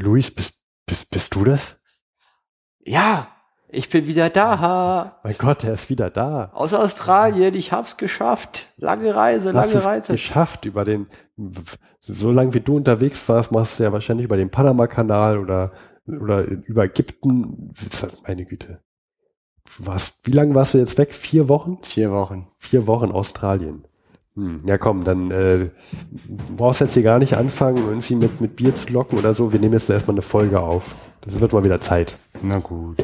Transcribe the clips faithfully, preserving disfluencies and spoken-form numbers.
Luis, bist, bist, bist du das? Ja, ich bin wieder da. Mein Gott, er ist wieder da. Aus Australien, ich hab's geschafft. Lange Reise, lange Hast es Reise. geschafft über den, so lange wie du unterwegs warst, machst du ja wahrscheinlich über den Panama-Kanal oder, oder über Ägypten. Meine Güte. Was, wie lange warst du jetzt weg? Vier Wochen? Vier Wochen. Vier Wochen Australien. Hm, ja komm, dann äh, brauchst du jetzt hier gar nicht anfangen, irgendwie mit, mit Bier zu locken oder so. Wir nehmen jetzt erstmal eine Folge auf. Das wird mal wieder Zeit. Na gut.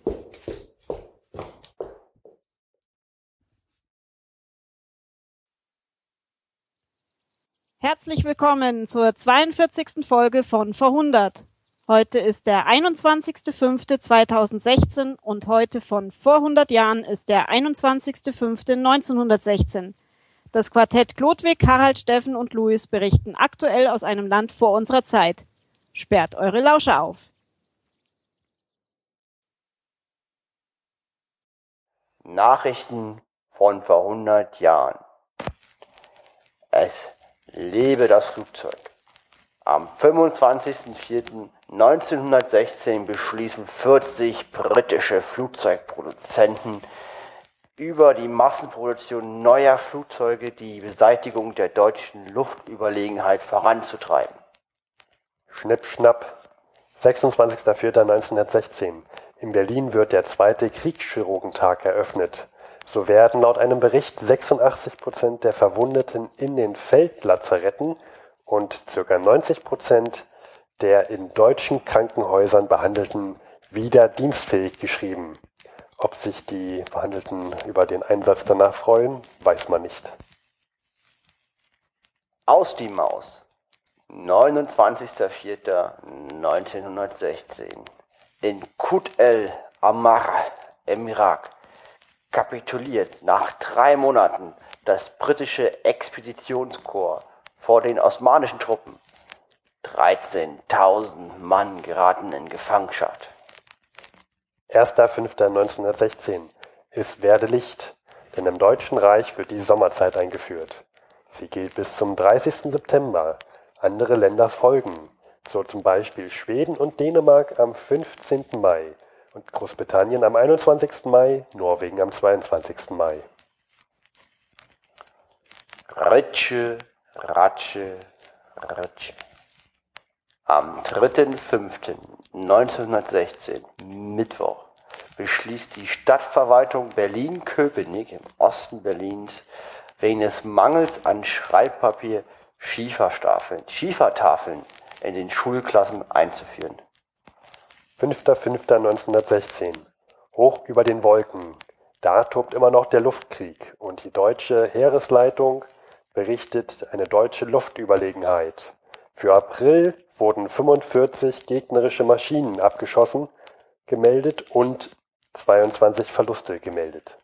Herzlich willkommen zur zweiundvierzigsten Folge von Vor hundert. Heute ist der einundzwanzigster fünfter zweitausendsechzehn und heute von vor hundert Jahren ist der einundzwanzigster fünfter neunzehnhundertsechzehn. Das Quartett Chlodwig, Harald, Steffen und Louis berichten aktuell aus einem Land vor unserer Zeit. Sperrt eure Lauscher auf. Nachrichten von vor hundert Jahren. Es lebe das Flugzeug. Am fünfundzwanzigster vierter neunzehnhundertsechzehn beschließen vierzig britische Flugzeugproduzenten über die Massenproduktion neuer Flugzeuge die Beseitigung der deutschen Luftüberlegenheit voranzutreiben. Schnipp, schnapp. sechsundzwanzigster vierter neunzehnhundertsechzehn. In Berlin wird der zweite Kriegschirurgentag eröffnet. So werden laut einem Bericht sechsundachtzig Prozent der Verwundeten in den Feldlazaretten und ca. neunzig Prozent der in deutschen Krankenhäusern Behandelten wieder dienstfähig geschrieben. Ob sich die Behandelten über den Einsatz danach freuen, weiß man nicht. Aus die Maus. neunundzwanzigster vierter neunzehnhundertsechzehn. In Kut el Amar im Irak kapituliert nach drei Monaten das britische Expeditionskorps vor den osmanischen Truppen. dreizehntausend Mann geraten in Gefangenschaft. erster fünfter neunzehnhundertsechzehn ist werde Licht, denn im Deutschen Reich wird die Sommerzeit eingeführt. Sie gilt bis zum dreißigsten September. Andere Länder folgen, so zum Beispiel Schweden und Dänemark am fünfzehnten Mai und Großbritannien am einundzwanzigsten Mai, Norwegen am zweiundzwanzigsten Mai. Ritsche, Ratsche, Ritsche. Am dritter fünfter neunzehnhundertsechzehn, Mittwoch, beschließt die Stadtverwaltung Berlin-Köpenick im Osten Berlins wegen des Mangels an Schreibpapier Schiefertafeln, Schiefertafeln in den Schulklassen einzuführen. fünfter fünfter neunzehnhundertsechzehn. Hoch über den Wolken. Da tobt immer noch der Luftkrieg und die deutsche Heeresleitung berichtet eine deutsche Luftüberlegenheit. Für April wurden fünfundvierzig gegnerische Maschinen abgeschossen, gemeldet und zweiundzwanzig Verluste gemeldet.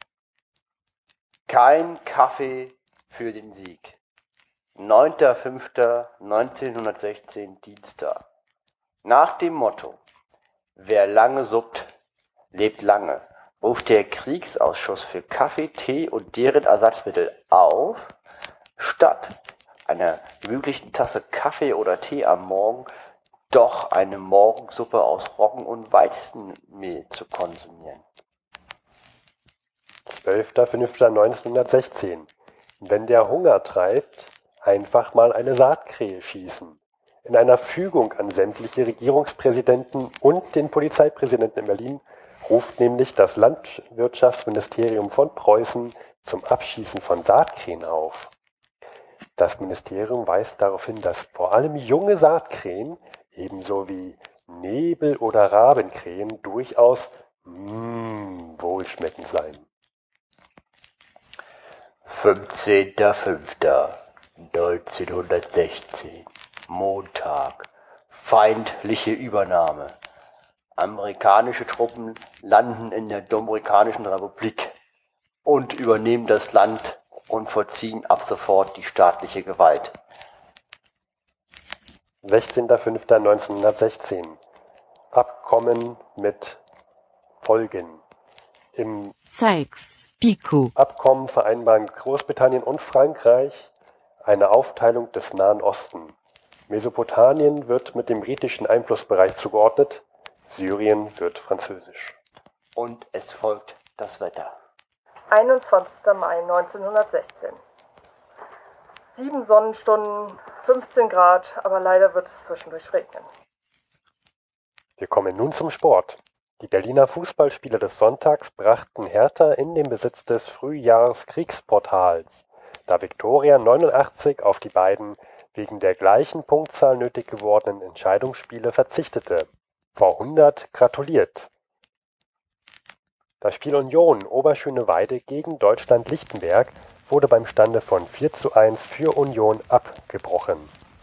Kein Kaffee für den Sieg. neunter fünfter neunzehnhundertsechzehn, Dienstag. Nach dem Motto: Wer lange suppt, lebt lange, ruft der Kriegsausschuss für Kaffee, Tee und deren Ersatzmittel auf, statt einer möglichen Tasse Kaffee oder Tee am Morgen doch eine Morgensuppe aus Roggen- und Weizenmehl zu konsumieren. zwölfter fünfter neunzehnhundertsechzehn. Wenn der Hunger treibt, einfach mal eine Saatkrähe schießen. In einer Fügung an sämtliche Regierungspräsidenten und den Polizeipräsidenten in Berlin ruft nämlich das Landwirtschaftsministerium von Preußen zum Abschießen von Saatkrähen auf. Das Ministerium weist darauf hin, dass vor allem junge Saatkrähen, ebenso wie Nebel- oder Rabenkrähen, durchaus mm, wohlschmeckend seien. fünfzehnter fünfter neunzehnhundertsechzehn, Montag, feindliche Übernahme. Amerikanische Truppen landen in der Dominikanischen Republik und übernehmen das Land und vollziehen ab sofort die staatliche Gewalt. sechzehnter fünfter neunzehnhundertsechzehn. Abkommen mit Folgen. Im Sykes-Picot Abkommen vereinbaren Großbritannien und Frankreich eine Aufteilung des Nahen Osten. Mesopotamien wird mit dem britischen Einflussbereich zugeordnet. Syrien wird französisch. Und es folgt das Wetter. einundzwanzigster Mai neunzehnhundertsechzehn. Sieben Sonnenstunden, fünfzehn Grad, aber leider wird es zwischendurch regnen. Wir kommen nun zum Sport. Die Berliner Fußballspiele des Sonntags brachten Hertha in den Besitz des Frühjahrskriegsportals, da Viktoria neunundachtzig auf die beiden wegen der gleichen Punktzahl nötig gewordenen Entscheidungsspiele verzichtete. Vorhundert gratuliert. Das Spiel Union Oberschöneweide gegen Deutschland-Lichtenberg wurde beim Stande von vier zu eins für Union abgebrochen.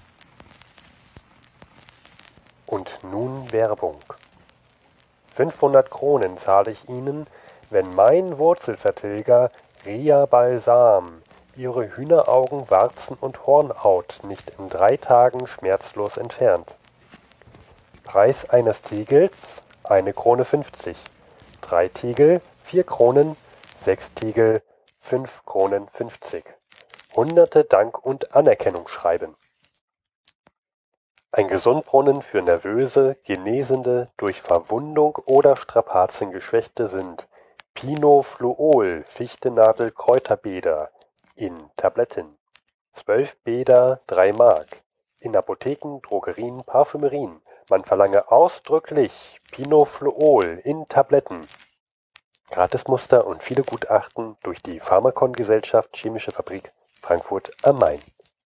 Und nun Werbung. fünfhundert Kronen zahle ich Ihnen, wenn mein Wurzelvertilger Ria Balsam Ihre Hühneraugen, Warzen und Hornhaut nicht in drei Tagen schmerzlos entfernt. Preis eines Tiegels eine Krone fünfzig. Drei Tiegel vier Kronen, sechs Tiegel fünf Kronen fünfzig. Hunderte Dank und Anerkennung schreiben. Ein Gesundbrunnen für nervöse, genesende, durch Verwundung oder Strapazen geschwächte sind Pinofluol, Fichtenadel, Kräuterbäder in Tabletten. Zwölf Bäder, drei Mark. In Apotheken, Drogerien, Parfümerien. Man verlange ausdrücklich Pinofluol in Tabletten. Gratismuster und viele Gutachten durch die Pharmakon-Gesellschaft Chemische Fabrik Frankfurt am Main.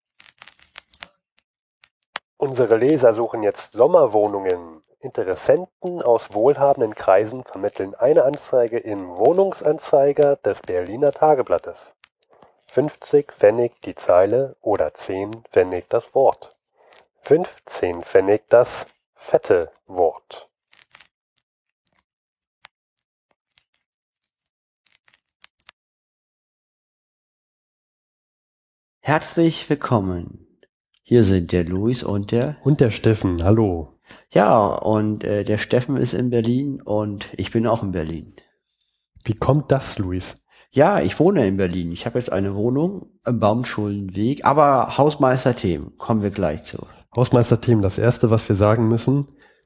Unsere Leser suchen jetzt Sommerwohnungen. Interessenten aus wohlhabenden Kreisen vermitteln eine Anzeige im Wohnungsanzeiger des Berliner Tageblattes. fünfzig Pfennig die Zeile oder zehn Pfennig das Wort. fünfzehn Pfennig das fette Wort. Herzlich willkommen. Hier sind der Luis und der... Und der Steffen, hallo. Ja, und äh, der Steffen ist in Berlin und ich bin auch in Berlin. Wie kommt das, Luis? Ja, ich wohne in Berlin. Ich habe jetzt eine Wohnung im Baumschulenweg, aber Hausmeisterthemen, kommen wir gleich zu. Hausmeisterthemen, das erste, was wir sagen müssen,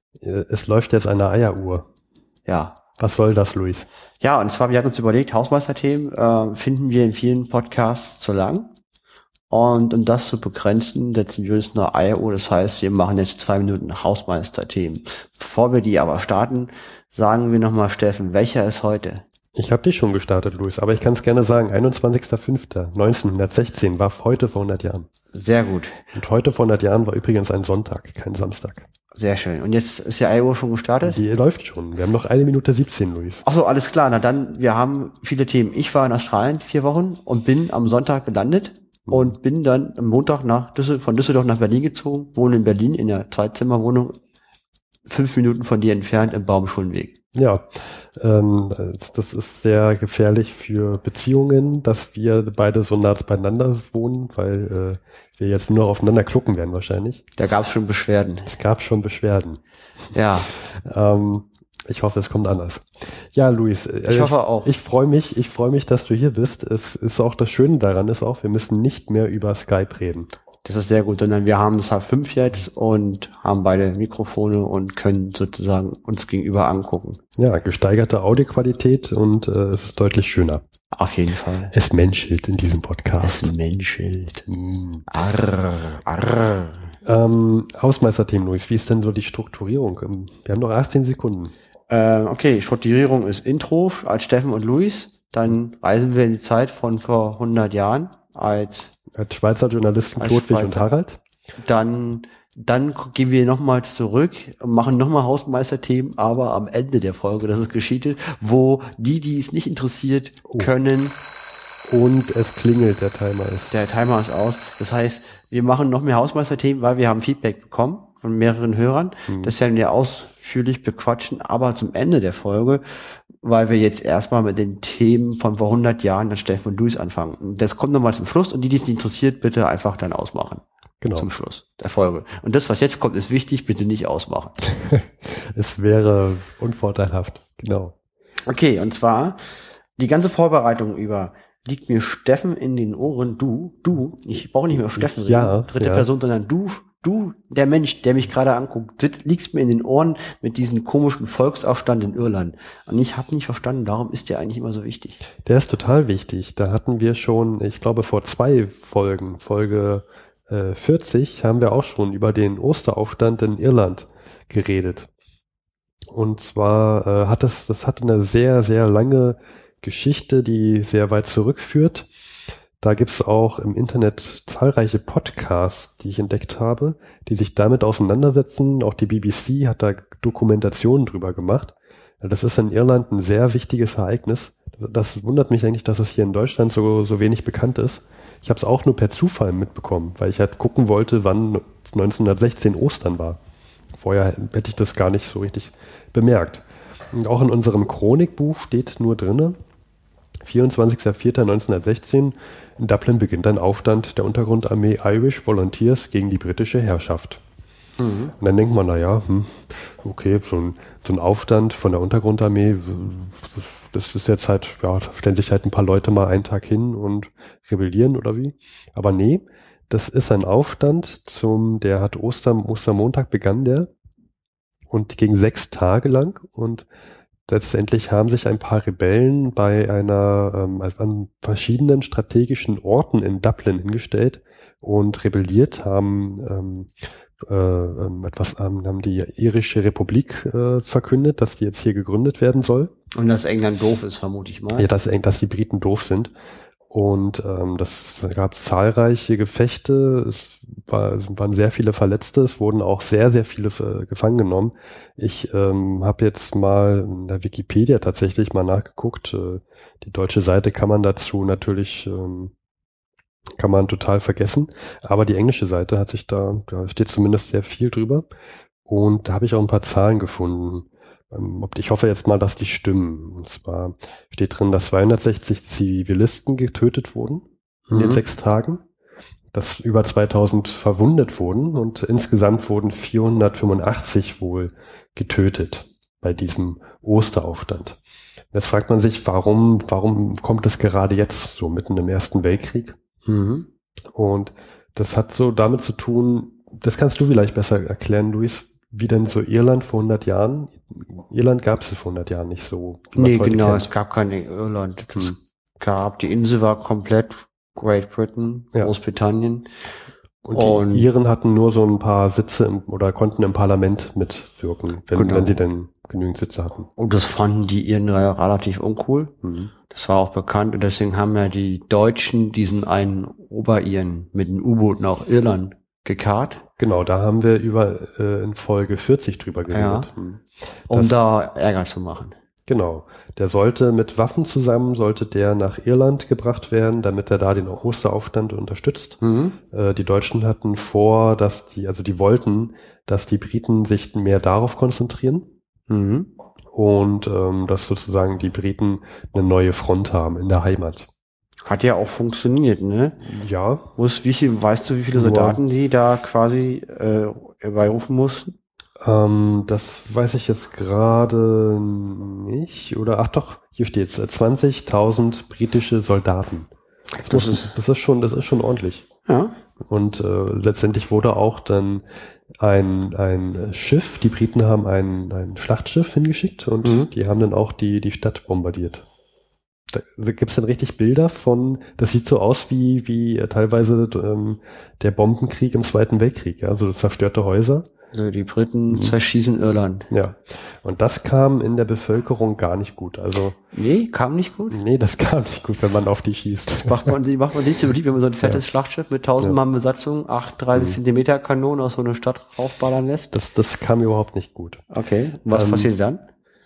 es läuft jetzt eine Eieruhr. Ja. Was soll das, Luis? Ja, und zwar, wir hatten uns überlegt, Hausmeisterthemen äh, finden wir in vielen Podcasts zu lang. Und um das zu begrenzen, setzen wir uns eine Eieruhr. Das heißt, wir machen jetzt zwei Minuten Hausmeisterthemen. Bevor wir die aber starten, sagen wir nochmal, Steffen, welcher ist heute? Ich habe dich schon gestartet, Luis, aber ich kann es gerne sagen. einundzwanzigster fünfter neunzehnhundertsechzehn war heute vor hundert Jahren. Sehr gut. Und heute vor hundert Jahren war übrigens ein Sonntag, kein Samstag. Sehr schön. Und jetzt ist die Eieruhr schon gestartet? Die läuft schon. Wir haben noch eine Minute siebzehn, Luis. Ach so, alles klar. Na dann, wir haben viele Themen. Ich war in Australien vier Wochen und bin am Sonntag gelandet mhm. und bin dann am Montag nach Düssel- von Düsseldorf nach Berlin gezogen, wohne in Berlin in einer Zweizimmerwohnung, fünf Minuten von dir entfernt im Baumschulenweg. Ja, ähm, das ist sehr gefährlich für Beziehungen, dass wir beide so nah beieinander wohnen, weil äh, wir jetzt nur aufeinander klucken werden wahrscheinlich. Da gab es schon Beschwerden. Es gab schon Beschwerden. Ja. Ähm, ich hoffe, es kommt anders. Ja, Luis. Äh, ich hoffe auch. Ich, ich freue mich, ich freue mich, dass du hier bist. Es ist auch das Schöne daran ist auch, wir müssen nicht mehr über Skype reden. Das ist sehr gut, sondern wir haben das H fünf jetzt und haben beide Mikrofone und können sozusagen uns gegenüber angucken. Ja, gesteigerte Audioqualität und äh, es ist deutlich schöner. Auf jeden Fall. Es menschelt in diesem Podcast. Es menschelt. Mm. Arr, arr. Ähm, Hausmeisterthemen, Luis, wie ist denn so die Strukturierung? Wir haben noch achtzehn Sekunden. Äh, okay, Strukturierung ist Intro als Steffen und Luis. Dann reisen wir in die Zeit von vor hundert Jahren als Als Schweizer Journalisten Klodwig und Harald. Dann, dann gehen wir nochmal zurück und machen nochmal Hausmeisterthemen, aber am Ende der Folge, das ist Geschichte, wo die, die es nicht interessiert, oh. können. Und es klingelt, der Timer ist. Der Timer ist aus. Das heißt, wir machen noch mehr Hausmeisterthemen, weil wir haben Feedback bekommen von mehreren Hörern. Hm. Das werden wir ausführlich bequatschen, aber zum Ende der Folge, weil wir jetzt erstmal mit den Themen von vor hundert Jahren an Steffen und Luis anfangen. Das kommt nochmal zum Schluss und die, die es nicht interessiert, bitte einfach dann ausmachen. Genau. Zum Schluss der Folge. Und das, was jetzt kommt, ist wichtig, bitte nicht ausmachen. Es wäre unvorteilhaft, genau. Okay, und zwar die ganze Vorbereitung über liegt mir Steffen in den Ohren, du, du, ich brauche nicht mehr auf Steffen reden, ja, dritte ja. Person, sondern du, du, der Mensch, der mich gerade anguckt, sitzt, liegst mir in den Ohren mit diesem komischen Volksaufstand in Irland. Und ich habe nicht verstanden, darum ist der eigentlich immer so wichtig. Der ist total wichtig. Da hatten wir schon, ich glaube vor zwei Folgen, Folge äh, vierzig, haben wir auch schon über den Osteraufstand in Irland geredet. Und zwar äh, hat das, das hat eine sehr, sehr lange Geschichte, die sehr weit zurückführt. Da gibt's auch im Internet zahlreiche Podcasts, die ich entdeckt habe, die sich damit auseinandersetzen. Auch die B B C hat da Dokumentationen drüber gemacht. Das ist in Irland ein sehr wichtiges Ereignis. Das, das wundert mich eigentlich, dass es hier in Deutschland so, so wenig bekannt ist. Ich habe es auch nur per Zufall mitbekommen, weil ich halt gucken wollte, wann neunzehnhundertsechzehn Ostern war. Vorher hätte ich das gar nicht so richtig bemerkt. Und auch in unserem Chronikbuch steht nur drinne, vierundzwanzigster vierter neunzehnhundertsechzehn, in Dublin beginnt ein Aufstand der Untergrundarmee Irish Volunteers gegen die britische Herrschaft. Mhm. Und dann denkt man, naja, hm, okay, so ein, so ein Aufstand von der Untergrundarmee, das, das ist jetzt halt, ja, da stellen sich halt ein paar Leute mal einen Tag hin und rebellieren oder wie. Aber nee, das ist ein Aufstand, zum, der hat Ostern, Ostermontag begann der und ging sechs Tage lang und letztendlich haben sich ein paar Rebellen bei einer, ähm, an verschiedenen strategischen Orten in Dublin hingestellt und rebelliert, haben ähm, äh, ähm, etwas, ähm, haben die irische Republik äh, verkündet, dass die jetzt hier gegründet werden soll. Und dass England doof ist, vermute ich mal. Ja, dass, dass die Briten doof sind. Und ähm, das gab zahlreiche Gefechte, es, war, es waren sehr viele Verletzte, es wurden auch sehr, sehr viele äh, gefangen genommen. Ich ähm, habe jetzt mal in der Wikipedia tatsächlich mal nachgeguckt. Äh, die deutsche Seite kann man dazu natürlich, ähm, kann man total vergessen. Aber die englische Seite hat sich da, da steht zumindest sehr viel drüber. Und da habe ich auch ein paar Zahlen gefunden. Ich hoffe jetzt mal, dass die stimmen. Und zwar steht drin, dass zweihundertsechzig Zivilisten getötet wurden in mhm. den sechs Tagen, dass über zweitausend verwundet wurden und insgesamt wurden vierhundertfünfundachtzig wohl getötet bei diesem Osteraufstand. Jetzt fragt man sich, warum, warum kommt es gerade jetzt, so mitten im Ersten Weltkrieg? Mhm. Und das hat so damit zu tun, das kannst du vielleicht besser erklären, Luis, wie denn so Irland vor hundert Jahren? Irland gab es vor hundert Jahren nicht so. Wie nee, genau, kennt. Es gab keine Irland. Es hm. gab, die Insel war komplett Great Britain, ja. Großbritannien. Und die und Iren hatten nur so ein paar Sitze im, oder konnten im Parlament mitwirken, wenn, genau. wenn sie denn genügend Sitze hatten. Und das fanden die Iren relativ uncool. Mhm. Das war auch bekannt und deswegen haben ja die Deutschen diesen einen Oberiren mit einem U-Boot nach Irland gekarrt. Genau, da haben wir über äh, in Folge vierzig drüber geredet. Ja, um das, da Ärger zu machen. Genau, der sollte mit Waffen zusammen, sollte der nach Irland gebracht werden, damit er da den Osteraufstand unterstützt. Mhm. Äh, die Deutschen hatten vor, dass die, also die wollten, dass die Briten sich mehr darauf konzentrieren. Mhm. Und ähm, dass sozusagen die Briten eine neue Front haben in der Heimat. Hat ja auch funktioniert, ne? Ja. Muss, wie viel, weißt du, wie viele Soldaten die da quasi äh, herbeirufen mussten? Ähm, das weiß ich jetzt gerade nicht. Oder, ach doch, hier steht's, zwanzigtausend britische Soldaten. Das, das, muss, ist, das ist schon, das ist schon ordentlich. Ja. Und äh, letztendlich wurde auch dann ein ein Schiff, die Briten haben ein ein Schlachtschiff hingeschickt und mhm. die haben dann auch die die Stadt bombardiert. Da gibt es dann richtig Bilder von, das sieht so aus wie wie äh, teilweise ähm, der Bombenkrieg im Zweiten Weltkrieg, ja, also zerstörte Häuser. Also die Briten mhm. zerschießen Irland. Ja, und das kam in der Bevölkerung gar nicht gut. Also nee, kam nicht gut? Nee, das kam nicht gut, wenn man auf die schießt. Das macht man, macht man nicht so beliebt, wenn man so ein fettes ja. Schlachtschiff mit tausend ja. Mann Besatzung, achtunddreißig mhm. Zentimeter Kanonen aus so einer Stadt raufballern lässt. Das, das kam überhaupt nicht gut. Okay, und was ähm, passiert dann?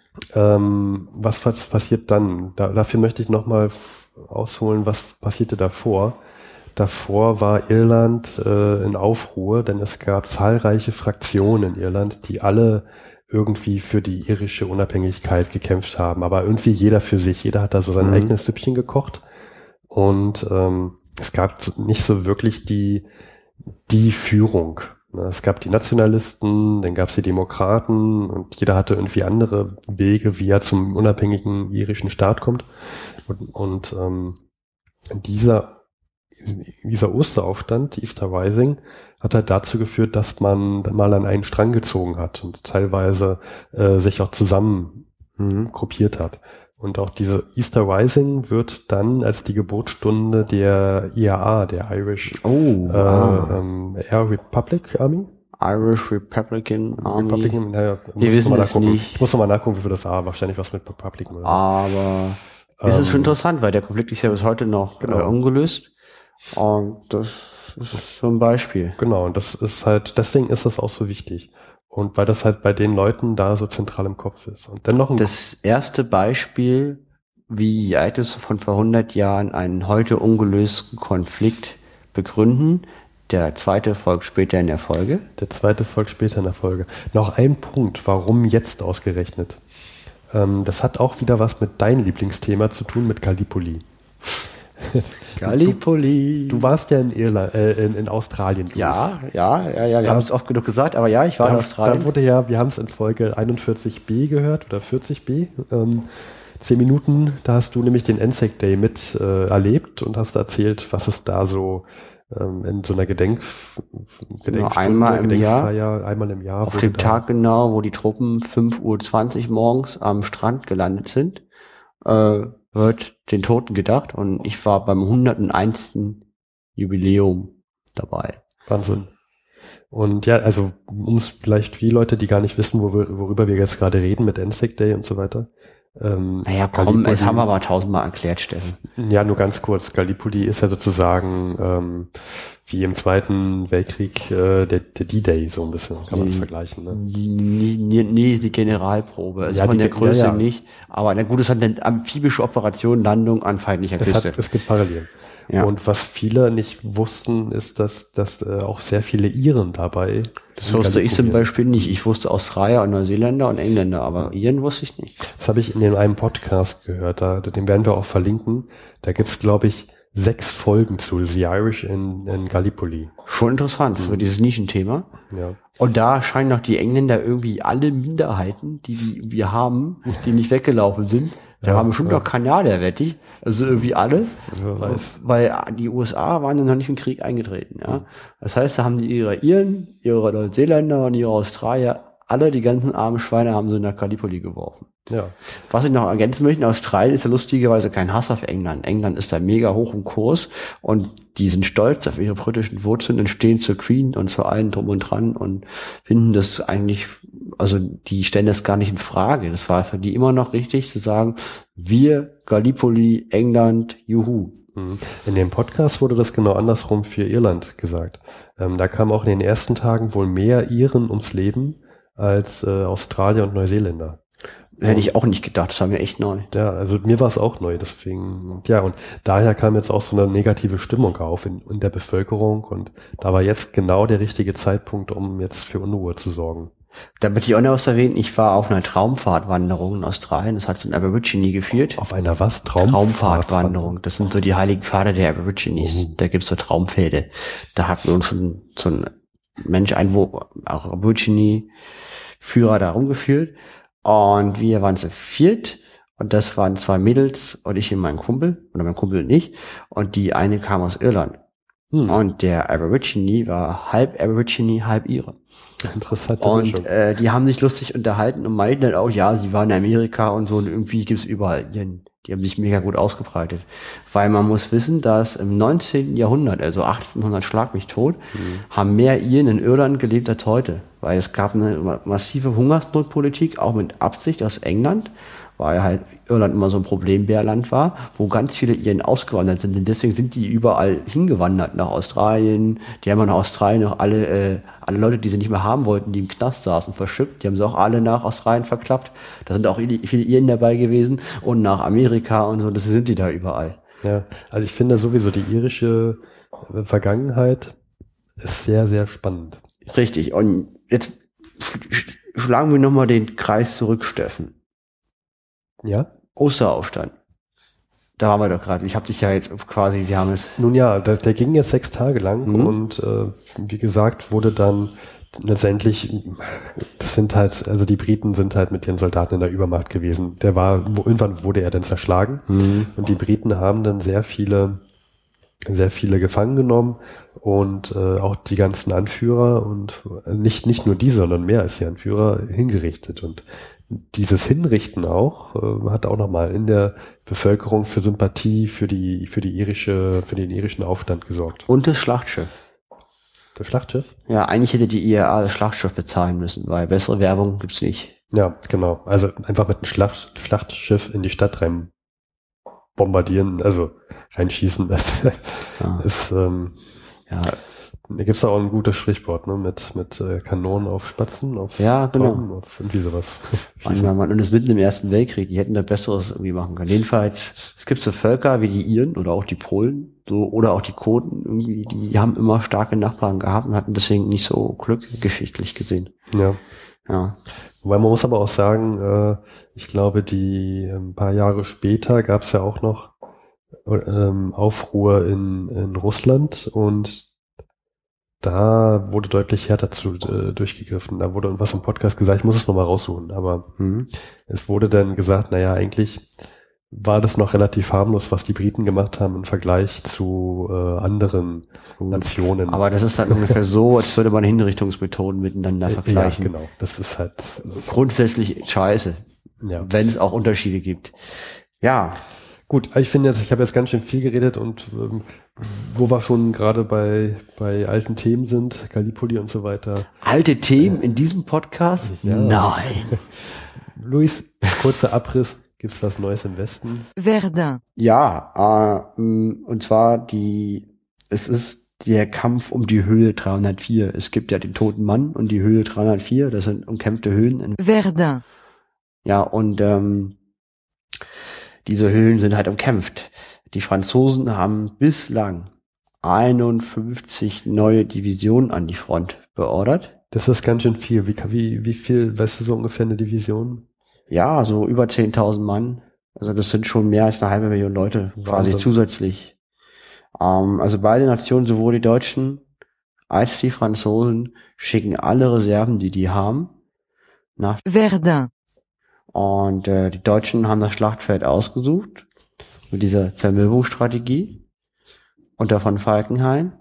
Ähm, was, was passiert dann? Da, dafür möchte ich nochmal ausholen, was passierte davor. Davor war Irland äh, in Aufruhr, denn es gab zahlreiche Fraktionen in Irland, die alle irgendwie für die irische Unabhängigkeit gekämpft haben. Aber irgendwie jeder für sich. Jeder hat da so sein mhm. eigenes Süppchen gekocht. Und ähm, es gab nicht so wirklich die, die Führung. Es gab die Nationalisten, dann gab es die Demokraten und jeder hatte irgendwie andere Wege, wie er zum unabhängigen irischen Staat kommt. Und, und ähm, dieser dieser Osteraufstand, Easter Rising, hat halt dazu geführt, dass man mal an einen Strang gezogen hat und teilweise äh, sich auch zusammen hm, gruppiert hat. Und auch diese Easter Rising wird dann als die Geburtsstunde der I R A, der Irish Oh, äh, ah. ähm, Air Republic Army. Irish Republican Army. Republican, naja, Wir wissen mal es nachgucken. nicht. Ich muss noch mal nachgucken, wie wir das A, wahrscheinlich was mit Republican oder so. Aber es ist Ähm, schon interessant, weil der Konflikt ist ja bis heute noch Genau. äh, ungelöst. Und das ist so ein Beispiel. Genau, und das ist halt, deswegen ist das auch so wichtig. Und weil das halt bei den Leuten da so zentral im Kopf ist. Und dennoch ein Das erste Beispiel, wie die Ereignisse von vor hundert Jahren einen heute ungelösten Konflikt begründen. Der zweite folgt später in der Folge. Der zweite folgt später in der Folge. Noch ein Punkt, warum jetzt ausgerechnet? Ähm, das hat auch wieder was mit deinem Lieblingsthema zu tun, mit Gallipoli. Gallipoli. Du warst ja in Irland, äh, in, in Australien. Louis. Ja, ja, ja, ja, wir Da- haben es oft genug gesagt, aber ja, ich war Da, in Australien. da wurde ja, wir haben es in Folge einundvierzig b gehört oder vierzig b. Ähm, zehn Minuten, da hast du nämlich den Anzac Day mit äh, erlebt und hast erzählt, was es da so ähm, in so einer Gedenk Gedenkstunde, einmal im Gedenkfeier, einmal im Jahr. Auf wurde dem da- Tag genau, wo die Truppen fünf Uhr zwanzig morgens am Strand gelandet sind, äh, wird den Toten gedacht und ich war beim hundertundeinsten Jubiläum dabei. Wahnsinn. Und ja, also uns vielleicht viele Leute, die gar nicht wissen, wo wir, worüber wir jetzt gerade reden mit Anzac Day und so weiter. Ähm, Naja, komm, Gallipoli- es haben wir aber tausendmal erklärt, Steffen. Ja, nur ganz kurz. Gallipoli ist ja sozusagen ähm, wie im Zweiten Weltkrieg äh, der, der D-Day, so ein bisschen, kann man es Die- vergleichen. Ne? Nie, nie, nie die Generalprobe, also Ja, von die der Ge- Größe ja, ja. nicht, aber na gut, es hat eine amphibische Operation, Landung an feindlicher Es, hat, Küste. es gibt Parallelen. Ja. Und was viele nicht wussten, ist, dass, dass äh, auch sehr viele Iren dabei. Das in wusste ich zum Gallipoli- Beispiel nicht. Ich wusste Australier und Neuseeländer und Engländer, aber Iren wusste ich nicht. Das habe ich in dem einem Podcast gehört, da, den werden wir auch verlinken. Da gibt's, glaube ich, sechs Folgen zu The Irish in, in Gallipoli. Schon interessant für dieses Nischenthema. Ja. Und da scheinen auch die Engländer irgendwie alle Minderheiten, die, die wir haben, die nicht weggelaufen sind. Da Ja, waren bestimmt ja. auch Kanadier, wette ich. Also irgendwie alles. Wer weiß. Weil die U S A waren ja noch nicht im Krieg eingetreten, ja. Das heißt, da haben die ihre Iren, ihre Neuseeländer und ihre Australier, alle die ganzen armen Schweine haben sie nach Gallipoli geworfen. Ja. Was ich noch ergänzen möchte, in Australien ist ja lustigerweise kein Hass auf England. England ist da mega hoch im Kurs und die sind stolz auf ihre britischen Wurzeln und stehen zur Queen und zu allen drum und dran und finden das eigentlich, also die stellen das gar nicht in Frage. Das war für die immer noch richtig zu sagen, wir, Gallipoli, England, juhu. Mhm. In dem Podcast wurde das genau andersrum für Irland gesagt. Ähm, da kamen auch in den ersten Tagen wohl mehr Iren ums Leben als äh, Australier und Neuseeländer. Hätte ich auch nicht gedacht, das war mir echt neu. Ja, also mir war es auch neu, deswegen, ja, und daher kam jetzt auch so eine negative Stimmung auf in, in der Bevölkerung und da war jetzt genau der richtige Zeitpunkt, um jetzt für Unruhe zu sorgen. Da möchte ich auch noch was erwähnen, ich war auf einer Traumfahrtwanderung in Australien, das hat so ein Aborigine geführt. Auf einer was? Traum Traumfahrtwanderung, das sind so die heiligen Pfade der Aborigines, Oh. da gibt's so Traumpfade. Da hat uns so ein, so ein Mensch, ein wo auch Aborigine-Führer da rumgeführt und wir waren zu viert und das waren zwei Mädels und ich und mein Kumpel, oder mein Kumpel und ich, und die eine kam aus Irland. Hm. Und der Aborigine war halb Aborigine, halb Ire. Interessante Und Mischung. äh, die haben sich lustig unterhalten und meinten dann auch, ja, sie waren in Amerika und so und irgendwie gibt's überall Iren. Die haben sich mega gut ausgebreitet. Weil man muss wissen, dass im neunzehnten Jahrhundert, also achtzehnhundert schlag mich tot, Mhm. haben mehr Iren in Irland gelebt als heute. Weil es gab eine ma- massive Hungersnotpolitik, auch mit Absicht aus England, weil halt Irland immer so ein Problembärland war, wo ganz viele Iren ausgewandert sind. Und deswegen sind die überall hingewandert, nach Australien. Die haben in Australien auch alle, äh, alle Leute, die sie nicht mehr haben wollten, die im Knast saßen, verschippt. Die haben sie auch alle nach Australien verklappt. Da sind auch viele Iren dabei gewesen. Und nach Amerika und so, das sind die da überall. Ja, also ich finde sowieso die irische äh, Vergangenheit ist sehr, sehr spannend. Richtig. Und jetzt sch- sch- schlagen wir nochmal den Kreis zurück, Steffen. Ja? Osteraufstand. Da waren wir doch gerade. Ich habe dich ja jetzt quasi, wir haben es. Nun ja, der, der ging jetzt sechs Tage lang Mhm. und äh, wie gesagt wurde dann letztendlich, das sind halt, also die Briten sind halt mit ihren Soldaten in der Übermacht gewesen. Der war, wo, irgendwann wurde er dann zerschlagen Mhm. und die Briten haben dann sehr viele sehr viele gefangen genommen und äh, auch die ganzen Anführer und nicht nicht nur die, sondern mehr als die Anführer hingerichtet. Und dieses Hinrichten auch äh, hat auch nochmal in der Bevölkerung für Sympathie für die für die irische für den irischen Aufstand gesorgt. Und das Schlachtschiff. Das Schlachtschiff? Ja, eigentlich hätte die I R A das Schlachtschiff bezahlen müssen, weil bessere Werbung gibt's nicht. Ja, genau. Also einfach mit einem Schlacht, Schlachtschiff in die Stadt rein bombardieren, also reinschießen, das Ja. ist, ähm, Ja, da gibt's auch ein gutes Sprichwort, ne, mit, mit äh, Kanonen auf Spatzen, auf Ja, genau. Bomben, auf irgendwie sowas. und, man, und das mitten im Ersten Weltkrieg, die hätten da Besseres irgendwie machen können. Jedenfalls, es gibt so Völker wie die Iren oder auch die Polen, so, oder auch die Goten, irgendwie, die haben immer starke Nachbarn gehabt und hatten deswegen nicht so Glück geschichtlich gesehen. Ja. Ja. Wobei man muss aber auch sagen, äh, ich glaube, die ein paar Jahre später gab's ja auch noch ähm, Aufruhr in, in Russland und da wurde deutlich härter zu, äh, durchgegriffen. Da wurde irgendwas im Podcast gesagt, ich muss es nochmal raussuchen, aber Mhm. es wurde dann gesagt, naja, eigentlich war das noch relativ harmlos, was die Briten gemacht haben im Vergleich zu äh, anderen Gut. Nationen. Aber das ist dann ungefähr so, als würde man Hinrichtungsmethoden miteinander vergleichen. Ja, genau. Das ist halt Grundsätzlich scheiße, ja. wenn es auch Unterschiede gibt. Ja, Gut, ich finde jetzt, ich habe jetzt ganz schön viel geredet und ähm, wo wir schon gerade bei bei alten Themen sind, Gallipoli und so weiter. alte Themen in diesem Podcast? Ja. Nein. Luis, kurzer Abriss, gibt's was Neues im Westen? Verdun, Ja, äh, mh, und zwar die, es ist der Kampf um die Höhe dreihundertvier. Es gibt ja den Toten Mann und die Höhe dreihundertvier, das sind umkämpfte Höhen. In, Verdun, ja, und ähm, diese Höhen sind halt umkämpft. Die Franzosen haben bislang einundfünfzig neue Divisionen an die Front beordert. Das ist ganz schön viel. Wie, wie, wie viel, weißt du, so ungefähr eine Division? Ja, so über zehntausend Mann. Also das sind schon mehr als eine halbe Million Leute quasi Wahnsinn. zusätzlich. Ähm, also beide Nationen, sowohl die Deutschen als die Franzosen, schicken alle Reserven, die die haben, nach. Verdun, Und äh, die Deutschen haben das Schlachtfeld ausgesucht mit dieser Zermürbungsstrategie unter von Falkenhayn.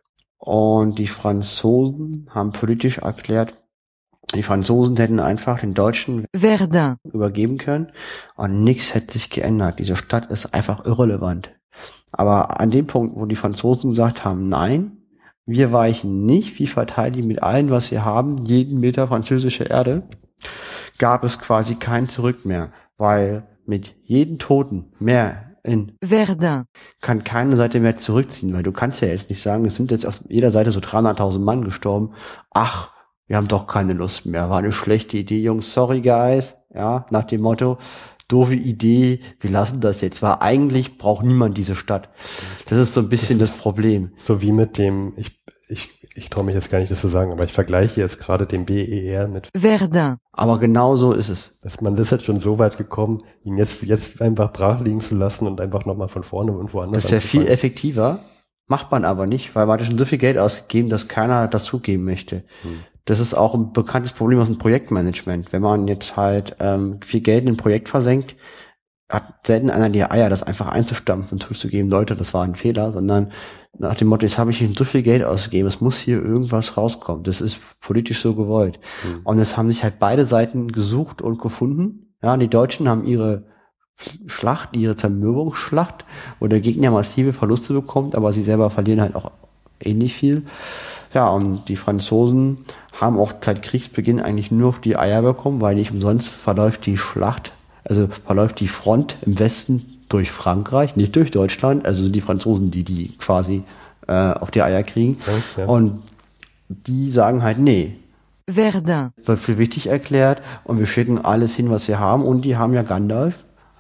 Und die Franzosen haben politisch erklärt, die Franzosen hätten einfach den Deutschen Verdun, übergeben können und nichts hätte sich geändert. Diese Stadt ist einfach irrelevant. Aber an dem Punkt, wo die Franzosen gesagt haben, nein, wir weichen nicht, wir verteidigen mit allem, was wir haben, jeden Meter französische Erde, gab es quasi kein Zurück mehr, weil mit jedem Toten mehr in Verdun, kann keine Seite mehr zurückziehen, weil du kannst ja jetzt nicht sagen, es sind jetzt auf jeder Seite so dreihunderttausend Mann gestorben. Ach, wir haben doch keine Lust mehr. War eine schlechte Idee, Jungs. Sorry, guys. Ja, nach dem Motto, doofe Idee, wir lassen das jetzt. Weil eigentlich braucht niemand diese Stadt. Das ist so ein bisschen das, das Problem. So wie mit dem, ich, ich, ich traue mich jetzt gar nicht, das zu sagen, aber ich vergleiche jetzt gerade den B E R mit Verdun, Aber genau so ist es. dass man ist jetzt schon so weit gekommen, ihn jetzt, jetzt einfach brach liegen zu lassen und einfach nochmal von vorne irgendwo anders Das wäre viel anzufangen. effektiver. Macht man aber nicht, weil man hat schon so viel Geld ausgegeben, dass keiner das zugeben möchte. Hm. Das ist auch ein bekanntes Problem aus dem Projektmanagement. Wenn man jetzt halt ähm, viel Geld in ein Projekt versenkt, hat selten einer die Eier, das einfach einzustampfen und zuzugeben, Leute, das war ein Fehler, sondern nach dem Motto, jetzt habe ich Ihnen so viel Geld ausgegeben, es muss hier irgendwas rauskommen. Das ist politisch so gewollt. Hm. Und es haben sich halt beide Seiten gesucht und gefunden. Ja, die Deutschen haben ihre Schlacht, ihre Zermürbungsschlacht, wo der Gegner massive Verluste bekommt, aber sie selber verlieren halt auch ähnlich viel. Ja, und die Franzosen haben auch seit Kriegsbeginn eigentlich nur auf die Eier bekommen, weil nicht umsonst verläuft die Schlacht, also verläuft die Front im Westen durch Frankreich, nicht durch Deutschland, also sind die Franzosen, die die quasi äh, auf die Eier kriegen. Ja, ja. Und die sagen halt, nee, Verdun, wird für wichtig erklärt und wir schicken alles hin, was wir haben. Und die haben ja Gandalf,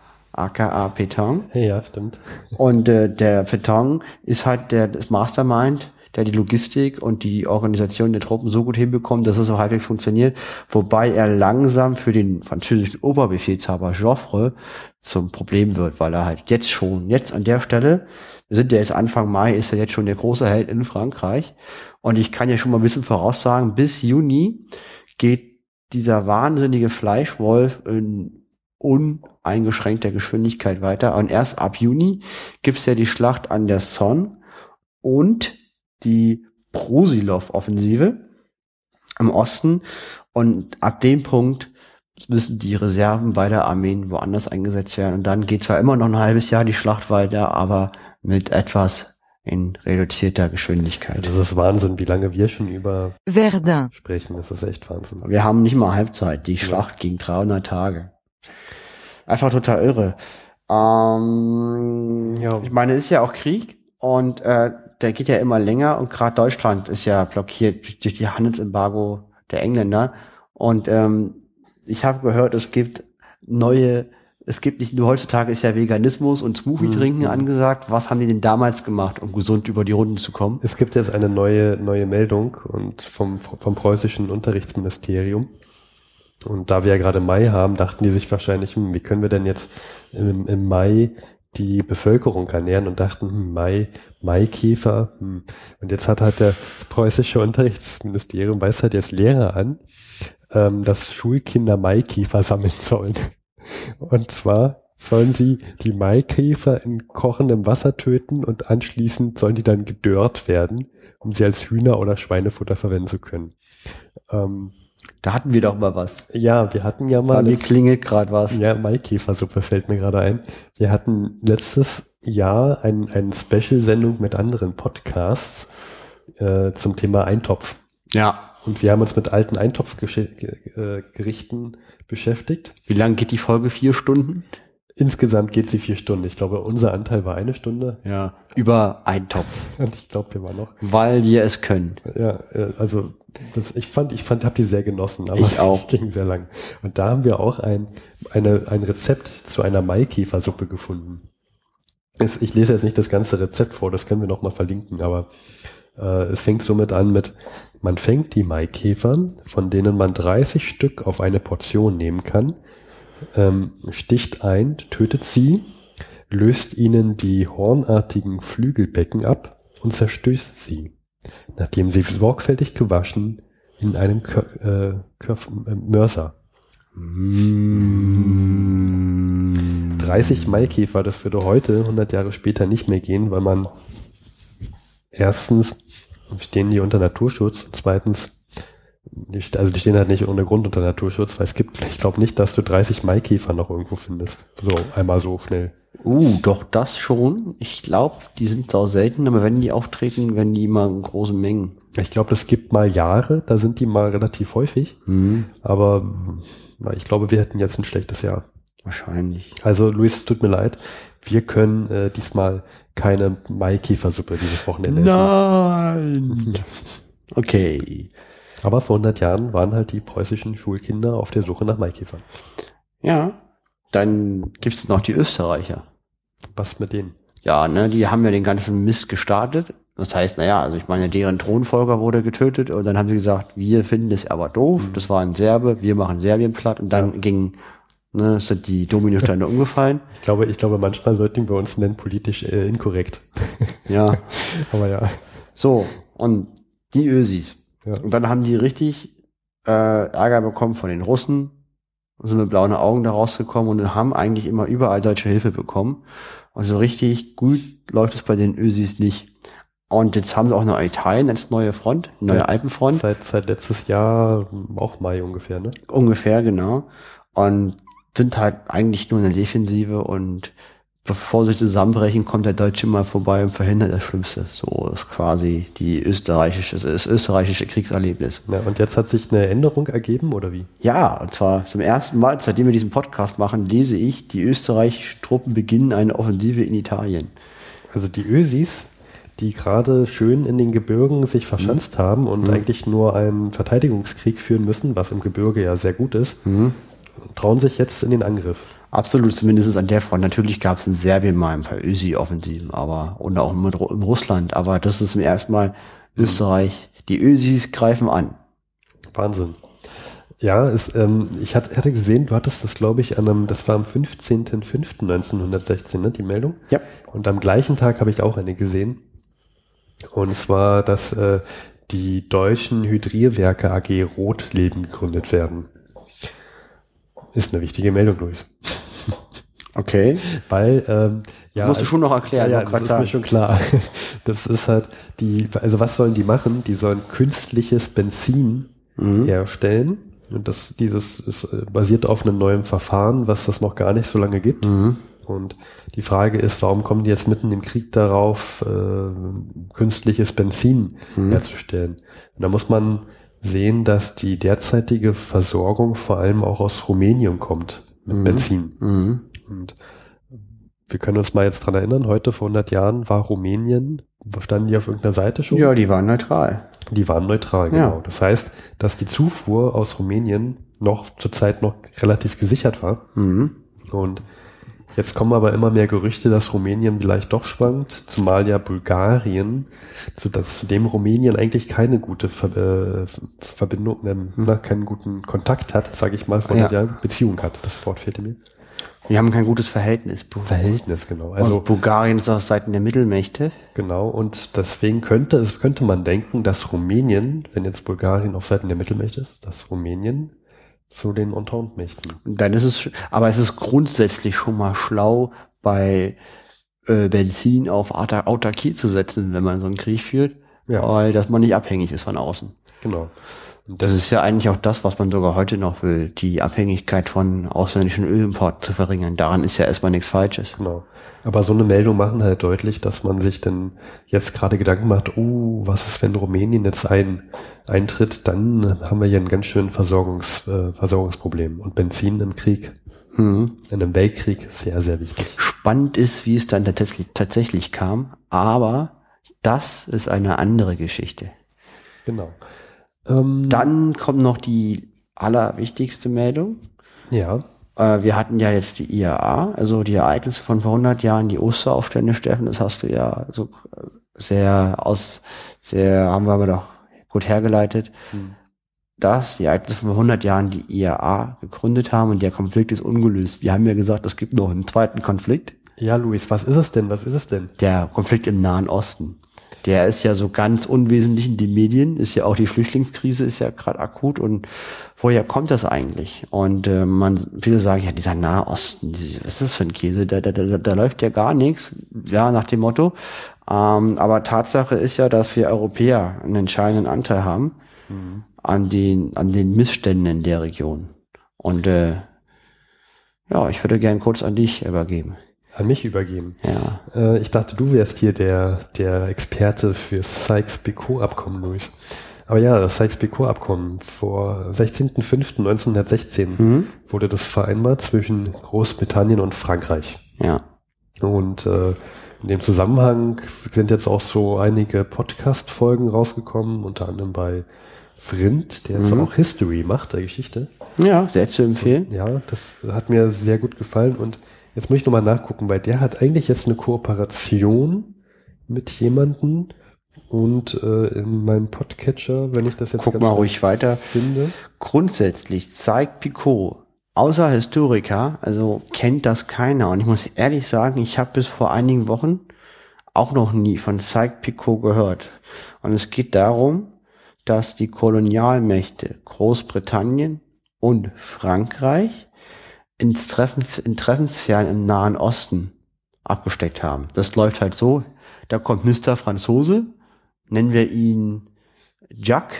aka Pétain. Ja, stimmt. Und äh, der Pétain ist halt der das Mastermind, der die Logistik und die Organisation der Truppen so gut hinbekommt, dass es auch halbwegs funktioniert, wobei er langsam für den französischen Oberbefehlshaber Joffre zum Problem wird, weil er halt jetzt schon, jetzt an der Stelle, wir sind ja jetzt Anfang Mai, ist er jetzt schon der große Held in Frankreich und ich kann ja schon mal ein bisschen voraussagen, bis Juni geht dieser wahnsinnige Fleischwolf in uneingeschränkter Geschwindigkeit weiter und erst ab Juni gibt's ja die Schlacht an der Somme und die Brusilov-Offensive im Osten. Und ab dem Punkt müssen die Reserven beider Armeen woanders eingesetzt werden. Und dann geht zwar immer noch ein halbes Jahr die Schlacht weiter, aber mit etwas in reduzierter Geschwindigkeit. Das ist Wahnsinn, wie lange wir schon über Verdun, sprechen. Das ist echt Wahnsinn. Wir haben nicht mal Halbzeit. Die Schlacht ging dreihundert Tage. Einfach total irre. Ähm, Ja. Ich meine, es ist ja auch Krieg und äh, der geht ja immer länger und gerade Deutschland ist ja blockiert durch die Handelsembargo der Engländer. Und ähm, ich habe gehört, es gibt neue, es gibt nicht nur heutzutage ist ja Veganismus und Smoothie trinken Mhm. angesagt. Was haben die denn damals gemacht, um gesund über die Runden zu kommen? Es gibt jetzt eine neue neue Meldung und vom vom preußischen Unterrichtsministerium. Und da wir ja gerade Mai haben, dachten die sich wahrscheinlich, hm, wie können wir denn jetzt im, im Mai die Bevölkerung ernähren und dachten, hm, Mai, Maikäfer. Hm. Und jetzt hat halt der preußische Unterrichtsministerium, weist halt jetzt Lehrer an, ähm, dass Schulkinder Maikäfer sammeln sollen. Und zwar sollen sie die Maikäfer in kochendem Wasser töten und anschließend sollen die dann gedörrt werden, um sie als Hühner- oder Schweinefutter verwenden zu können. Ähm, Da hatten wir doch mal was. ja, wir hatten ja mal... Bei mir letzt- klingelt gerade was. Ja, Maikäfersuppe fällt mir gerade ein. Wir hatten letztes Jahr ein, eine Special-Sendung mit anderen Podcasts äh, zum Thema Eintopf. Ja. Und wir haben uns mit alten Eintopfgerichten beschäftigt. Wie lang geht die Folge? Vier Stunden? Insgesamt geht sie vier Stunden. Ich glaube, unser Anteil war eine Stunde. Ja. Über einen Topf. Und ich glaube, wir waren noch. Weil wir es können. Ja, äh, also das, ich fand, ich fand, habe die sehr genossen, aber Ich es auch. ging sehr lang. Und da haben wir auch ein, eine, ein Rezept zu einer Maikäfersuppe gefunden. Es, ich lese jetzt nicht das ganze Rezept vor, das können wir noch mal verlinken, aber äh, es fängt somit an mit, man fängt die Maikäfer, von denen man dreißig Stück auf eine Portion nehmen kann, ähm, sticht ein, tötet sie, löst ihnen die hornartigen Flügelbecken ab und zerstößt sie, nachdem sie sorgfältig gewaschen, in einem Kör, äh, Körf, äh, Mörser. dreißig Maikäfer, das würde heute, hundert Jahre später, nicht mehr gehen, weil man erstens stehen die unter Naturschutz und zweitens, die, also die stehen halt nicht ohne Grund unter Naturschutz, weil es gibt, ich glaube nicht, dass du dreißig Maikäfer noch irgendwo findest. So, einmal so schnell. Uh, doch das schon. Ich glaube, die sind sau selten, aber wenn die auftreten, werden die immer in großen Mengen. Ich glaube, es gibt mal Jahre, da sind die mal relativ häufig, Mhm. aber na, ich glaube, wir hätten jetzt ein schlechtes Jahr. Wahrscheinlich. Also Luis, es tut mir leid, wir können äh, diesmal keine Maikäfersuppe dieses Wochenende essen. Nein! Okay. Aber vor hundert Jahren waren halt die preußischen Schulkinder auf der Suche nach Maikäfern. Ja. Dann gibt's noch die Österreicher. Was mit denen? Ja, ne, die haben ja den ganzen Mist gestartet. Das heißt, naja, also ich meine, deren Thronfolger wurde getötet und dann haben sie gesagt, wir finden es aber doof, Mhm. das war ein Serbe, wir machen Serbien platt und dann Ja. ging, ne, sind die Dominosteine umgefallen. Ich glaube, ich glaube, manchmal sollten wir uns nennen politisch äh, inkorrekt. Ja, Aber ja. so, und die Ösis. Ja. Und dann haben die richtig äh, Ärger bekommen von den Russen und sind mit blauen Augen da rausgekommen und haben eigentlich immer überall deutsche Hilfe bekommen. Und so richtig gut läuft es bei den Ösis nicht. Und jetzt haben sie auch noch Italien als neue Front, neue Ja. Alpenfront. Seit, seit letztes Jahr, auch Mai ungefähr, ne? Ungefähr, genau. Und sind halt eigentlich nur in der Defensive und bevor sie zusammenbrechen, kommt der Deutsche mal vorbei und verhindert das Schlimmste. So ist quasi die österreichische, das österreichische Kriegserlebnis. Ja, und jetzt hat sich eine Änderung ergeben, oder wie? Ja, und zwar zum ersten Mal, seitdem wir diesen Podcast machen, lese ich, die österreichischen Truppen beginnen eine Offensive in Italien. Also die Ösis, die gerade schön in den Gebirgen sich verschanzt haben und Mhm. eigentlich nur einen Verteidigungskrieg führen müssen, was im Gebirge ja sehr gut ist, Mhm. trauen sich jetzt in den Angriff. Absolut, zumindest an der Front. Natürlich gab es in Serbien mal ein paar Ösi-Offensiven, aber und auch in, in Russland. Aber das ist zum ersten Mal Österreich. Die Ösis greifen an. Wahnsinn. Ja, es, ähm, ich hatte, hatte gesehen, du hattest das, glaube ich, an einem, das war am fünfzehnten fünften neunzehnhundertsechzehn, ne, die Meldung. Ja. Und am gleichen Tag habe ich auch eine gesehen. Und zwar, dass äh, die deutschen Hydrierwerke A G Rotleben gegründet werden. Ist eine wichtige Meldung, Luis. Okay. Weil, ähm, ja. Musst du schon noch erklären. Ja, ja das ist sagen. mir schon klar. Das ist halt die, also was sollen die machen? Die sollen künstliches Benzin mhm. herstellen. Und das, dieses ist basiert auf einem neuen Verfahren, was das noch gar nicht so lange gibt. Mhm. Und die Frage ist, warum kommen die jetzt mitten im Krieg darauf, äh, künstliches Benzin mhm. herzustellen? Und da muss man sehen, dass die derzeitige Versorgung vor allem auch aus Rumänien kommt mit mhm. Benzin. Mhm. Und wir können uns mal jetzt dran erinnern, heute vor hundert Jahren war Rumänien, standen die auf irgendeiner Seite schon? Ja, die waren neutral. Die waren neutral, genau. Ja. Das heißt, dass die Zufuhr aus Rumänien noch zurzeit noch relativ gesichert war. Mhm. Und jetzt kommen aber immer mehr Gerüchte, dass Rumänien vielleicht doch schwankt, zumal ja Bulgarien, zu, dass zu dem Rumänien eigentlich keine gute Ver äh, Verbindung, ähm, mhm. keinen guten Kontakt hat, sage ich mal, von ja. der Beziehung hat. Das Wort fehlte mir. Wir haben kein gutes Verhältnis. Verhältnis, genau. Also und Bulgarien ist auf Seiten der Mittelmächte. Genau, und deswegen könnte es könnte man denken, dass Rumänien, wenn jetzt Bulgarien auf Seiten der Mittelmächte ist, dass Rumänien zu den Entente-Mächten. Dann ist es, aber es ist grundsätzlich schon mal schlau, bei äh, Benzin auf Autarkie zu setzen, wenn man so einen Krieg führt, ja. weil dass man nicht abhängig ist von außen. Genau. Und das ist ja eigentlich auch das, was man sogar heute noch will, die Abhängigkeit von ausländischen Ölimporten zu verringern. Daran ist ja erstmal nichts Falsches. Genau. Aber so eine Meldung machen halt deutlich, dass man sich dann jetzt gerade Gedanken macht, oh, was ist, wenn Rumänien jetzt ein, eintritt, dann haben wir hier ein ganz schön Versorgungs, äh, Versorgungsproblem. Und Benzin im Krieg, mhm. in einem Weltkrieg, sehr, sehr wichtig. Spannend ist, wie es dann tatsächlich, tatsächlich kam, aber das ist eine andere Geschichte. Genau. Ähm, Dann kommt noch die allerwichtigste Meldung. Ja. Äh, wir hatten ja jetzt die I A A, also die Ereignisse von vor hundert Jahren, die Osteraufstände, Steffen, das hast du ja so sehr aus, sehr, haben wir aber doch gut hergeleitet, hm. dass die Ereignisse von vor hundert Jahren die I A A gegründet haben und der Konflikt ist ungelöst. Wir haben ja gesagt, es gibt noch einen zweiten Konflikt. Ja, Luis, was ist es denn? Was ist es denn? Der Konflikt im Nahen Osten. Der ist ja so ganz unwesentlich in den Medien, ist ja auch die Flüchtlingskrise, ist ja gerade akut und woher kommt das eigentlich? Und äh, man viele sagen, ja, dieser Nahe Osten, was ist das für ein Käse, da, da, da, da läuft ja gar nichts, ja, nach dem Motto. Ähm, aber Tatsache ist ja, dass wir Europäer einen entscheidenden Anteil haben mhm. an den an den Missständen in der Region. Und äh, ja, ich würde gern kurz an dich übergeben. An mich übergeben. Ja. Äh, ich dachte, du wärst hier der, der Experte für Sykes-Picot-Abkommen, Luis. Aber ja, das Sykes-Picot-Abkommen vor sechzehnten fünften neunzehnhundertsechzehn mhm. wurde das vereinbart zwischen Großbritannien und Frankreich. Ja. Und äh, in dem Zusammenhang sind jetzt auch so einige Podcast-Folgen rausgekommen, unter anderem bei Vrind, der jetzt mhm. auch History macht, der Geschichte. Ja, sehr zu empfehlen. Und, ja, das hat mir sehr gut gefallen und jetzt muss ich nochmal nachgucken, weil der hat eigentlich jetzt eine Kooperation mit jemandem und äh, in meinem Podcatcher, wenn ich das jetzt Guck ganz mal ruhig weiter finde. Grundsätzlich zeigt Picot, außer Historiker, also kennt das keiner. Und ich muss ehrlich sagen, ich habe bis vor einigen Wochen auch noch nie von Sykes-Picot gehört. Und es geht darum, dass die Kolonialmächte Großbritannien und Frankreich Interessen, Interessensphären im Nahen Osten abgesteckt haben. Das läuft halt so, da kommt Mister Franzose, nennen wir ihn Jack,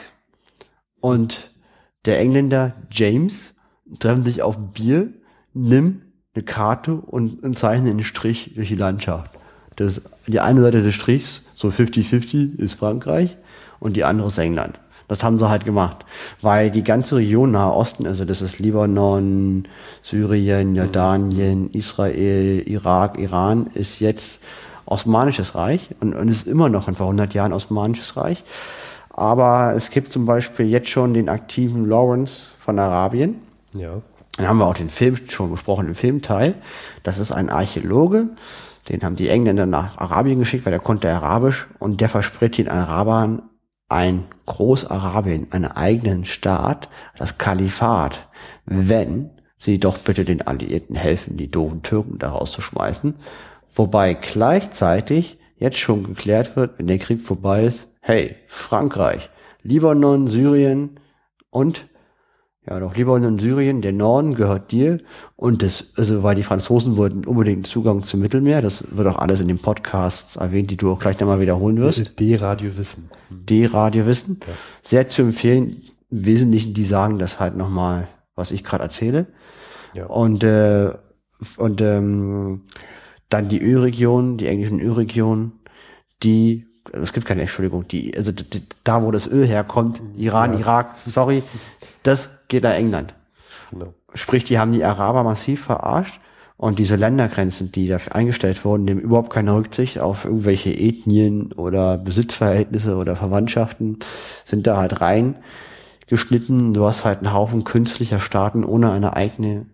und der Engländer James treffen sich auf Bier, nimm eine Karte und, und zeichnen einen Strich durch die Landschaft. Das, die eine Seite des Strichs, so fünfzig fünfzig, ist Frankreich und die andere ist England. Das haben sie halt gemacht, weil die ganze Region Nahe Osten, also das ist Libanon, Syrien, Jordanien, Israel, Irak, Iran, ist jetzt Osmanisches Reich und, und ist immer noch in vor hundert Jahren Osmanisches Reich. Aber es gibt zum Beispiel jetzt schon den aktiven Lawrence von Arabien. Ja. Dann haben wir auch den Film schon besprochen, den Filmteil. Das ist ein Archäologe. Den haben die Engländer nach Arabien geschickt, weil der konnte Arabisch und der verspricht den Arabern ein Großarabien, einen eigenen Staat, das Kalifat, wenn sie doch bitte den Alliierten helfen, die doofen Türken da rauszuschmeißen. Wobei gleichzeitig jetzt schon geklärt wird, wenn der Krieg vorbei ist, hey, Frankreich, Libanon, Syrien und Ja, doch Libanon und Syrien, der Norden gehört dir und das, also weil die Franzosen wollten unbedingt Zugang zum Mittelmeer, das wird auch alles in den Podcasts erwähnt, die du auch gleich nochmal wiederholen wirst. D-Radio Wissen. D-Radio Wissen. Ja. Sehr zu empfehlen, im Wesentlichen, die sagen das halt nochmal, was ich gerade erzähle. Ja. Und, äh, und ähm, dann die Ölregion, die englischen Ölregionen, die, es gibt keine Entschuldigung, die, also d- d- da, wo das Öl herkommt, Iran, Ja. Irak, sorry, das geht nach England. Genau. Sprich, die haben die Araber massiv verarscht und diese Ländergrenzen, die dafür eingestellt wurden, nehmen überhaupt keine Rücksicht auf irgendwelche Ethnien oder Besitzverhältnisse oder Verwandtschaften, sind da halt reingeschnitten. Du hast halt einen Haufen künstlicher Staaten ohne eine eigene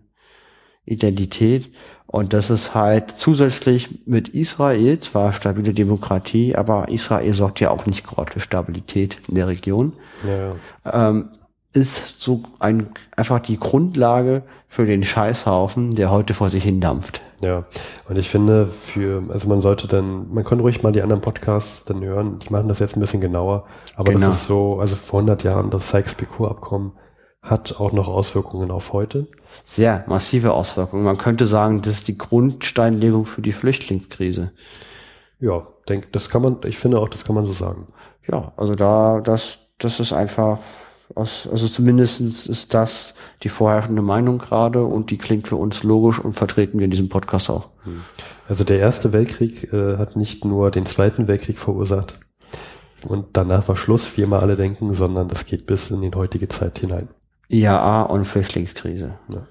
Identität. Und das ist halt zusätzlich mit Israel, zwar stabile Demokratie, aber Israel sorgt ja auch nicht gerade für Stabilität in der Region. Ja, Ähm, ist so ein, einfach die Grundlage für den Scheißhaufen, der heute vor sich hin dampft. ja. Und ich finde, für, also man sollte dann, man kann ruhig mal die anderen Podcasts dann hören, die machen das jetzt ein bisschen genauer, aber Genau. das ist so, also vor hundert Jahren, das Sykes-Picot-Abkommen hat auch noch Auswirkungen auf heute. Sehr massive Auswirkungen. Man könnte sagen, das ist die Grundsteinlegung für die Flüchtlingskrise. Ja, denk, das kann man, ich finde auch, das kann man so sagen. Ja, also da, das, das ist einfach, aus, also zumindest ist das die vorherrschende Meinung gerade und die klingt für uns logisch und vertreten wir in diesem Podcast auch. Also der Erste Weltkrieg äh, hat nicht nur den Zweiten Weltkrieg verursacht und danach war Schluss, wie immer alle denken, sondern das geht bis in die heutige Zeit hinein. I A A und Flüchtlingskrise. Ja.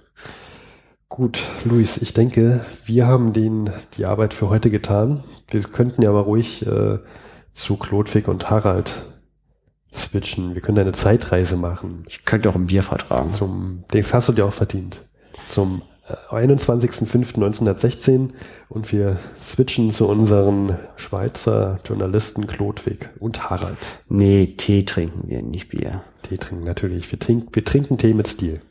Gut, Luis, ich denke, wir haben den, die Arbeit für heute getan. Wir könnten ja aber ruhig äh, zu Chlodwig und Harald switchen. Wir können eine Zeitreise machen. Ich könnte auch ein Bier vertragen. Zum, das hast du dir auch verdient. Zum äh, einundzwanzigsten fünften neunzehnhundertsechzehn und wir switchen zu unseren Schweizer Journalisten Chlodwig und Harald. Nee, Tee trinken wir, nicht Bier. Tee trinken natürlich. Wir, trink, wir trinken Tee mit Stil.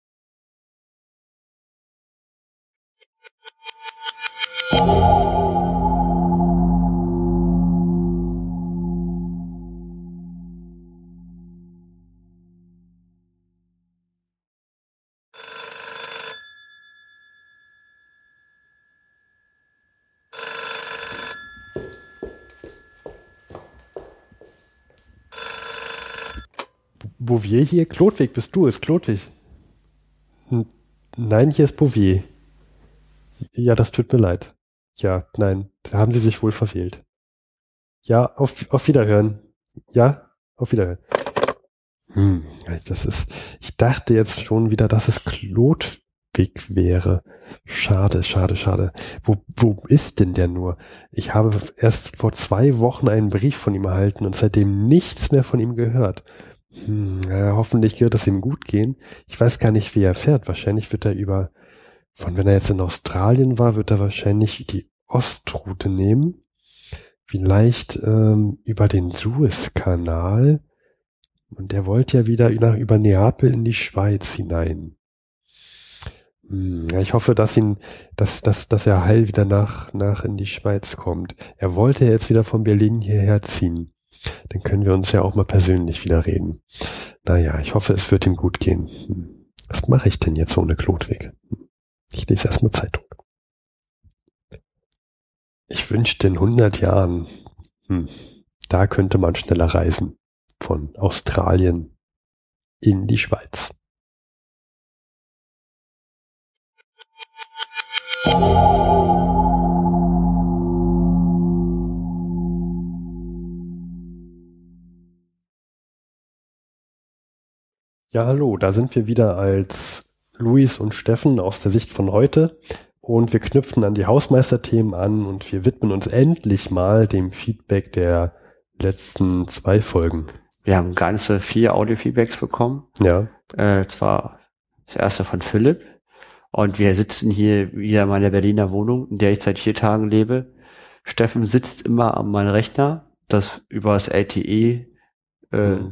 Bouvier hier? Chlodwig, bist du es? Chlodwig? N- Nein, hier ist Bouvier. Ja, das tut mir leid. Ja, nein, da haben Sie sich wohl verfehlt. Ja, auf, auf Wiederhören. Ja, auf Wiederhören. Hm, das ist, ich dachte jetzt schon wieder, dass es Chlodwig wäre. Schade, schade, schade. Wo, wo ist denn der nur? Ich habe erst vor zwei Wochen einen Brief von ihm erhalten und seitdem nichts mehr von ihm gehört. Hm, ja, hoffentlich wird es ihm gut gehen. Ich weiß gar nicht, wie er fährt. Wahrscheinlich wird er über, von wenn er jetzt in Australien war, wird er wahrscheinlich die Ostroute nehmen. Vielleicht ähm, über den Suezkanal. Und der wollte ja wieder nach, über Neapel in die Schweiz hinein. Hm, ja, ich hoffe, dass ihn, dass, dass, dass er heil wieder nach, nach in die Schweiz kommt. Er wollte jetzt wieder von Berlin hierher ziehen. Dann können wir uns ja auch mal persönlich wieder reden. Naja, ich hoffe, es wird ihm gut gehen. Hm. Was mache ich denn jetzt ohne Chlodwig? Ich lese erstmal Zeitung. Ich wünschte in hundert Jahren, hm, da könnte man schneller reisen. Von Australien in die Schweiz. Ja, hallo, da sind wir wieder als Luis und Steffen aus der Sicht von heute und wir knüpfen an die Hausmeisterthemen an und wir widmen uns endlich mal dem Feedback der letzten zwei Folgen. Wir haben ganze vier Audio-Feedbacks bekommen. Ja. Äh, zwar das erste von Philipp. Und wir sitzen hier wieder in meiner Berliner Wohnung, in der ich seit vier Tagen lebe. Steffen sitzt immer an meinem Rechner, das über das L T E äh, Mhm.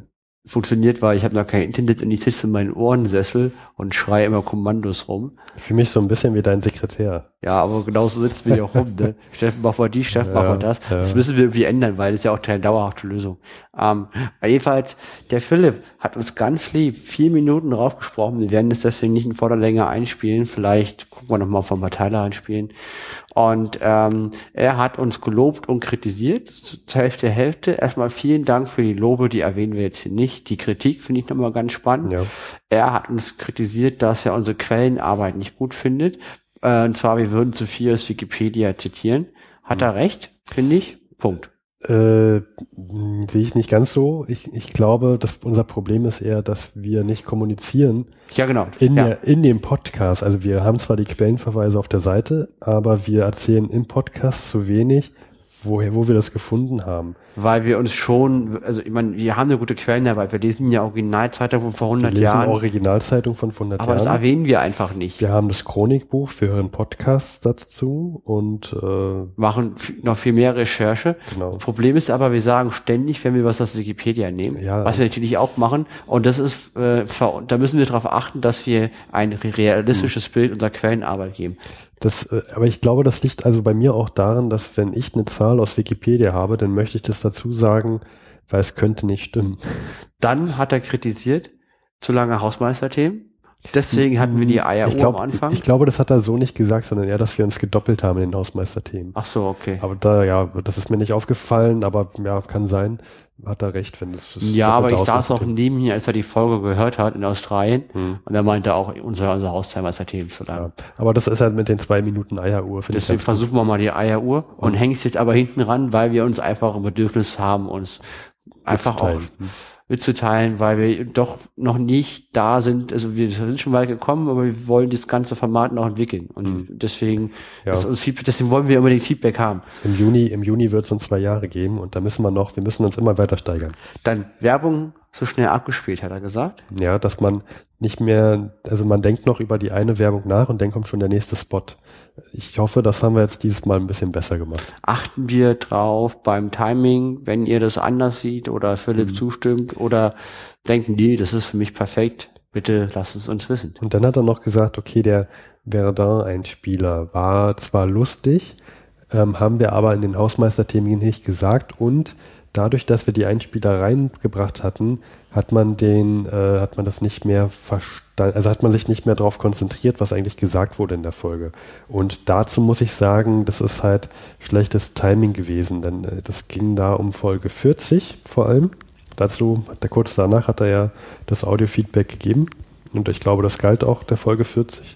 funktioniert, weil ich habe noch kein Internet und ich sitze in meinen Ohrensessel und schreie immer Kommandos rum. Ich fühle mich so ein bisschen wie dein Sekretär. Ja, aber genauso sitzen wir ja auch rum, ne? Steffen, mach mal die, Steffen, mach mal das. Ja. Das müssen wir irgendwie ändern, weil das ist ja auch keine dauerhafte Lösung. Ähm, jedenfalls, der Philipp hat uns ganz lieb vier Minuten draufgesprochen. Wir werden es deswegen nicht in voller Länge einspielen. Vielleicht gucken wir nochmal von Teiler einspielen. Und ähm, er hat uns gelobt und kritisiert, zur Hälfte Hälfte. Erstmal vielen Dank für die Lobe, die erwähnen wir jetzt hier nicht. Die Kritik finde ich nochmal ganz spannend. Ja. Er hat uns kritisiert, dass er unsere Quellenarbeit nicht gut findet. Äh, und zwar, wir würden zu viel aus Wikipedia zitieren. Hat Hm. er recht, finde ich. Punkt. Äh, mh, sehe ich nicht ganz so. Ich, ich glaube, dass unser Problem ist eher, dass wir nicht kommunizieren Ja, genau. in, ja. der, in dem Podcast. Also wir haben zwar die Quellenverweise auf der Seite, aber wir erzählen im Podcast zu wenig, woher, wo wir das gefunden haben. Weil wir uns schon, also ich meine, wir haben eine gute Quellenarbeit. Wir lesen ja Originalzeitung von vor Wir hundert lesen Jahren. Originalzeitung von vor hundert Aber das Jahren. erwähnen wir einfach nicht. Wir haben das Chronikbuch, wir hören Podcasts dazu und äh, Machen f- noch viel mehr Recherche. genau. Problem ist aber, wir sagen ständig, wenn wir was aus Wikipedia nehmen, Ja. was wir natürlich auch machen. Und das ist, äh, ver- da müssen wir darauf achten, dass wir ein realistisches Hm. Bild unserer Quellenarbeit geben. Das, äh, aber ich glaube, das liegt also bei mir auch daran, dass wenn ich eine Zahl aus Wikipedia habe, dann möchte ich das dazu sagen, weil es könnte nicht stimmen. Dann hat er kritisiert, zu lange Hausmeisterthemen. Deswegen hatten wir die ich Eieruhr glaub, am Anfang. Ich, ich glaube, das hat er so nicht gesagt, sondern eher, dass wir uns gedoppelt haben in den Hausmeisterthemen. Ach so, okay. Aber da, ja, das ist mir nicht aufgefallen, aber ja, kann sein. Hat er recht, wenn das, das Ja, aber ich doppelte saß auch Hausmeisterthemen- neben ihm, als er die Folge gehört hat in Australien. Hm. Und er meinte auch, unser, unser Hausmeisterthemen zu lang. Ja. Aber das ist halt mit den zwei Minuten Eieruhr, finde ich Deswegen ganz gut. versuchen wir mal die Eieruhr und hängen es jetzt aber hinten ran, weil wir uns einfach ein Bedürfnis haben, uns einfach auch Mitzuteilen. Hm. mitzuteilen, weil wir doch noch nicht da sind. Also wir sind schon weit gekommen, aber wir wollen das ganze Format noch entwickeln. Und Hm. deswegen, Ja. ist uns Feedback, deswegen wollen wir unbedingt Feedback haben. Im Juni, im Juni wird es uns zwei Jahre geben und da müssen wir noch, wir müssen uns immer weiter steigern. Dann Werbung so schnell abgespielt, hat er gesagt. Ja, dass man nicht mehr, also man denkt noch über die eine Werbung nach und dann kommt schon der nächste Spot. Ich hoffe, das haben wir jetzt dieses Mal ein bisschen besser gemacht. Achten wir drauf beim Timing, wenn ihr das anders seht oder Philipp Mhm. zustimmt oder denken, nee, das ist für mich perfekt, bitte lasst es uns wissen. Und dann hat er noch gesagt, okay, der Verdun-Einspieler war zwar lustig, ähm, haben wir aber in den Hausmeisterthemen nicht gesagt und dadurch, dass wir die Einspieler reingebracht hatten, hat man den, äh, hat man das nicht mehr verstanden, also hat man sich nicht mehr darauf konzentriert, was eigentlich gesagt wurde in der Folge. Und dazu muss ich sagen, das ist halt schlechtes Timing gewesen, denn äh, das ging da um Folge vierzig vor allem. Dazu, der kurz danach hat er ja das Audio-Feedback gegeben und ich glaube, das galt auch der Folge vierzig.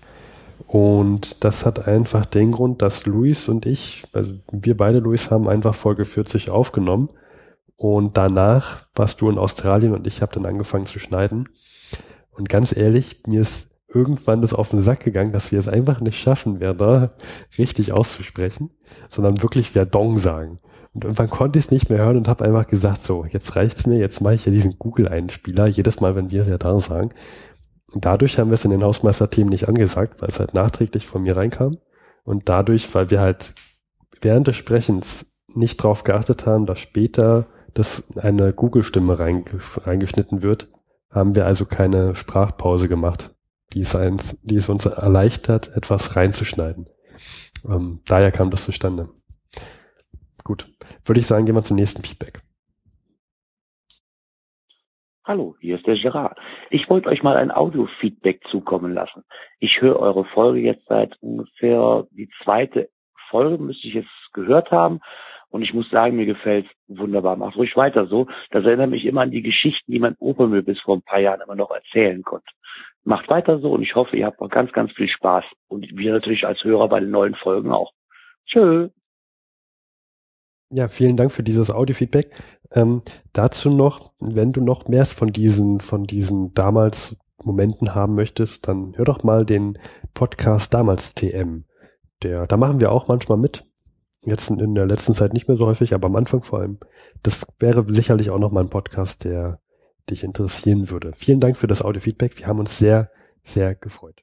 Und das hat einfach den Grund, dass Luis und ich, also wir beide, Luis, haben einfach Folge vierzig aufgenommen. Und danach warst du in Australien und ich habe dann angefangen zu schneiden. Und ganz ehrlich, mir ist irgendwann das auf den Sack gegangen, dass wir es einfach nicht schaffen, Verdun richtig auszusprechen, sondern wirklich Verdun sagen. Und irgendwann konnte ich es nicht mehr hören und habe einfach gesagt, so, jetzt reicht's mir, jetzt mache ich ja diesen Google-Einspieler, jedes Mal, wenn wir Verdun sagen. Und dadurch haben wir es in den Hausmeister-Themen nicht angesagt, weil es halt nachträglich von mir reinkam. Und dadurch, weil wir halt während des Sprechens nicht drauf geachtet haben, dass später dass eine Google-Stimme reingeschnitten wird, haben wir also keine Sprachpause gemacht, die es, eins, die es uns erleichtert, etwas reinzuschneiden. Ähm, daher kam das zustande. Gut, würde ich sagen, gehen wir zum nächsten Feedback. Hallo, hier ist der Gerard. Ich wollte euch mal ein Audio-Feedback zukommen lassen. Ich höre eure Folge jetzt seit ungefähr die zweite Folge, müsste ich jetzt gehört haben. Und ich muss sagen, mir gefällt wunderbar. Macht ruhig weiter so. Das erinnert mich immer an die Geschichten, die mein Opa mir bis vor ein paar Jahren immer noch erzählen konnte. Macht weiter so und ich hoffe, ihr habt noch ganz, ganz viel Spaß. Und wir natürlich als Hörer bei den neuen Folgen auch. Tschö. Ja, vielen Dank für dieses Audio-Feedback. Ähm, dazu noch, wenn du noch mehr von diesen, von diesen damals Momenten haben möchtest, dann hör doch mal den Podcast Damals T M. Der, da machen wir auch manchmal mit. Jetzt in der letzten Zeit nicht mehr so häufig, aber am Anfang vor allem. Das wäre sicherlich auch nochmal ein Podcast, der dich interessieren würde. Vielen Dank für das Audio-Feedback. Wir haben uns sehr, sehr gefreut.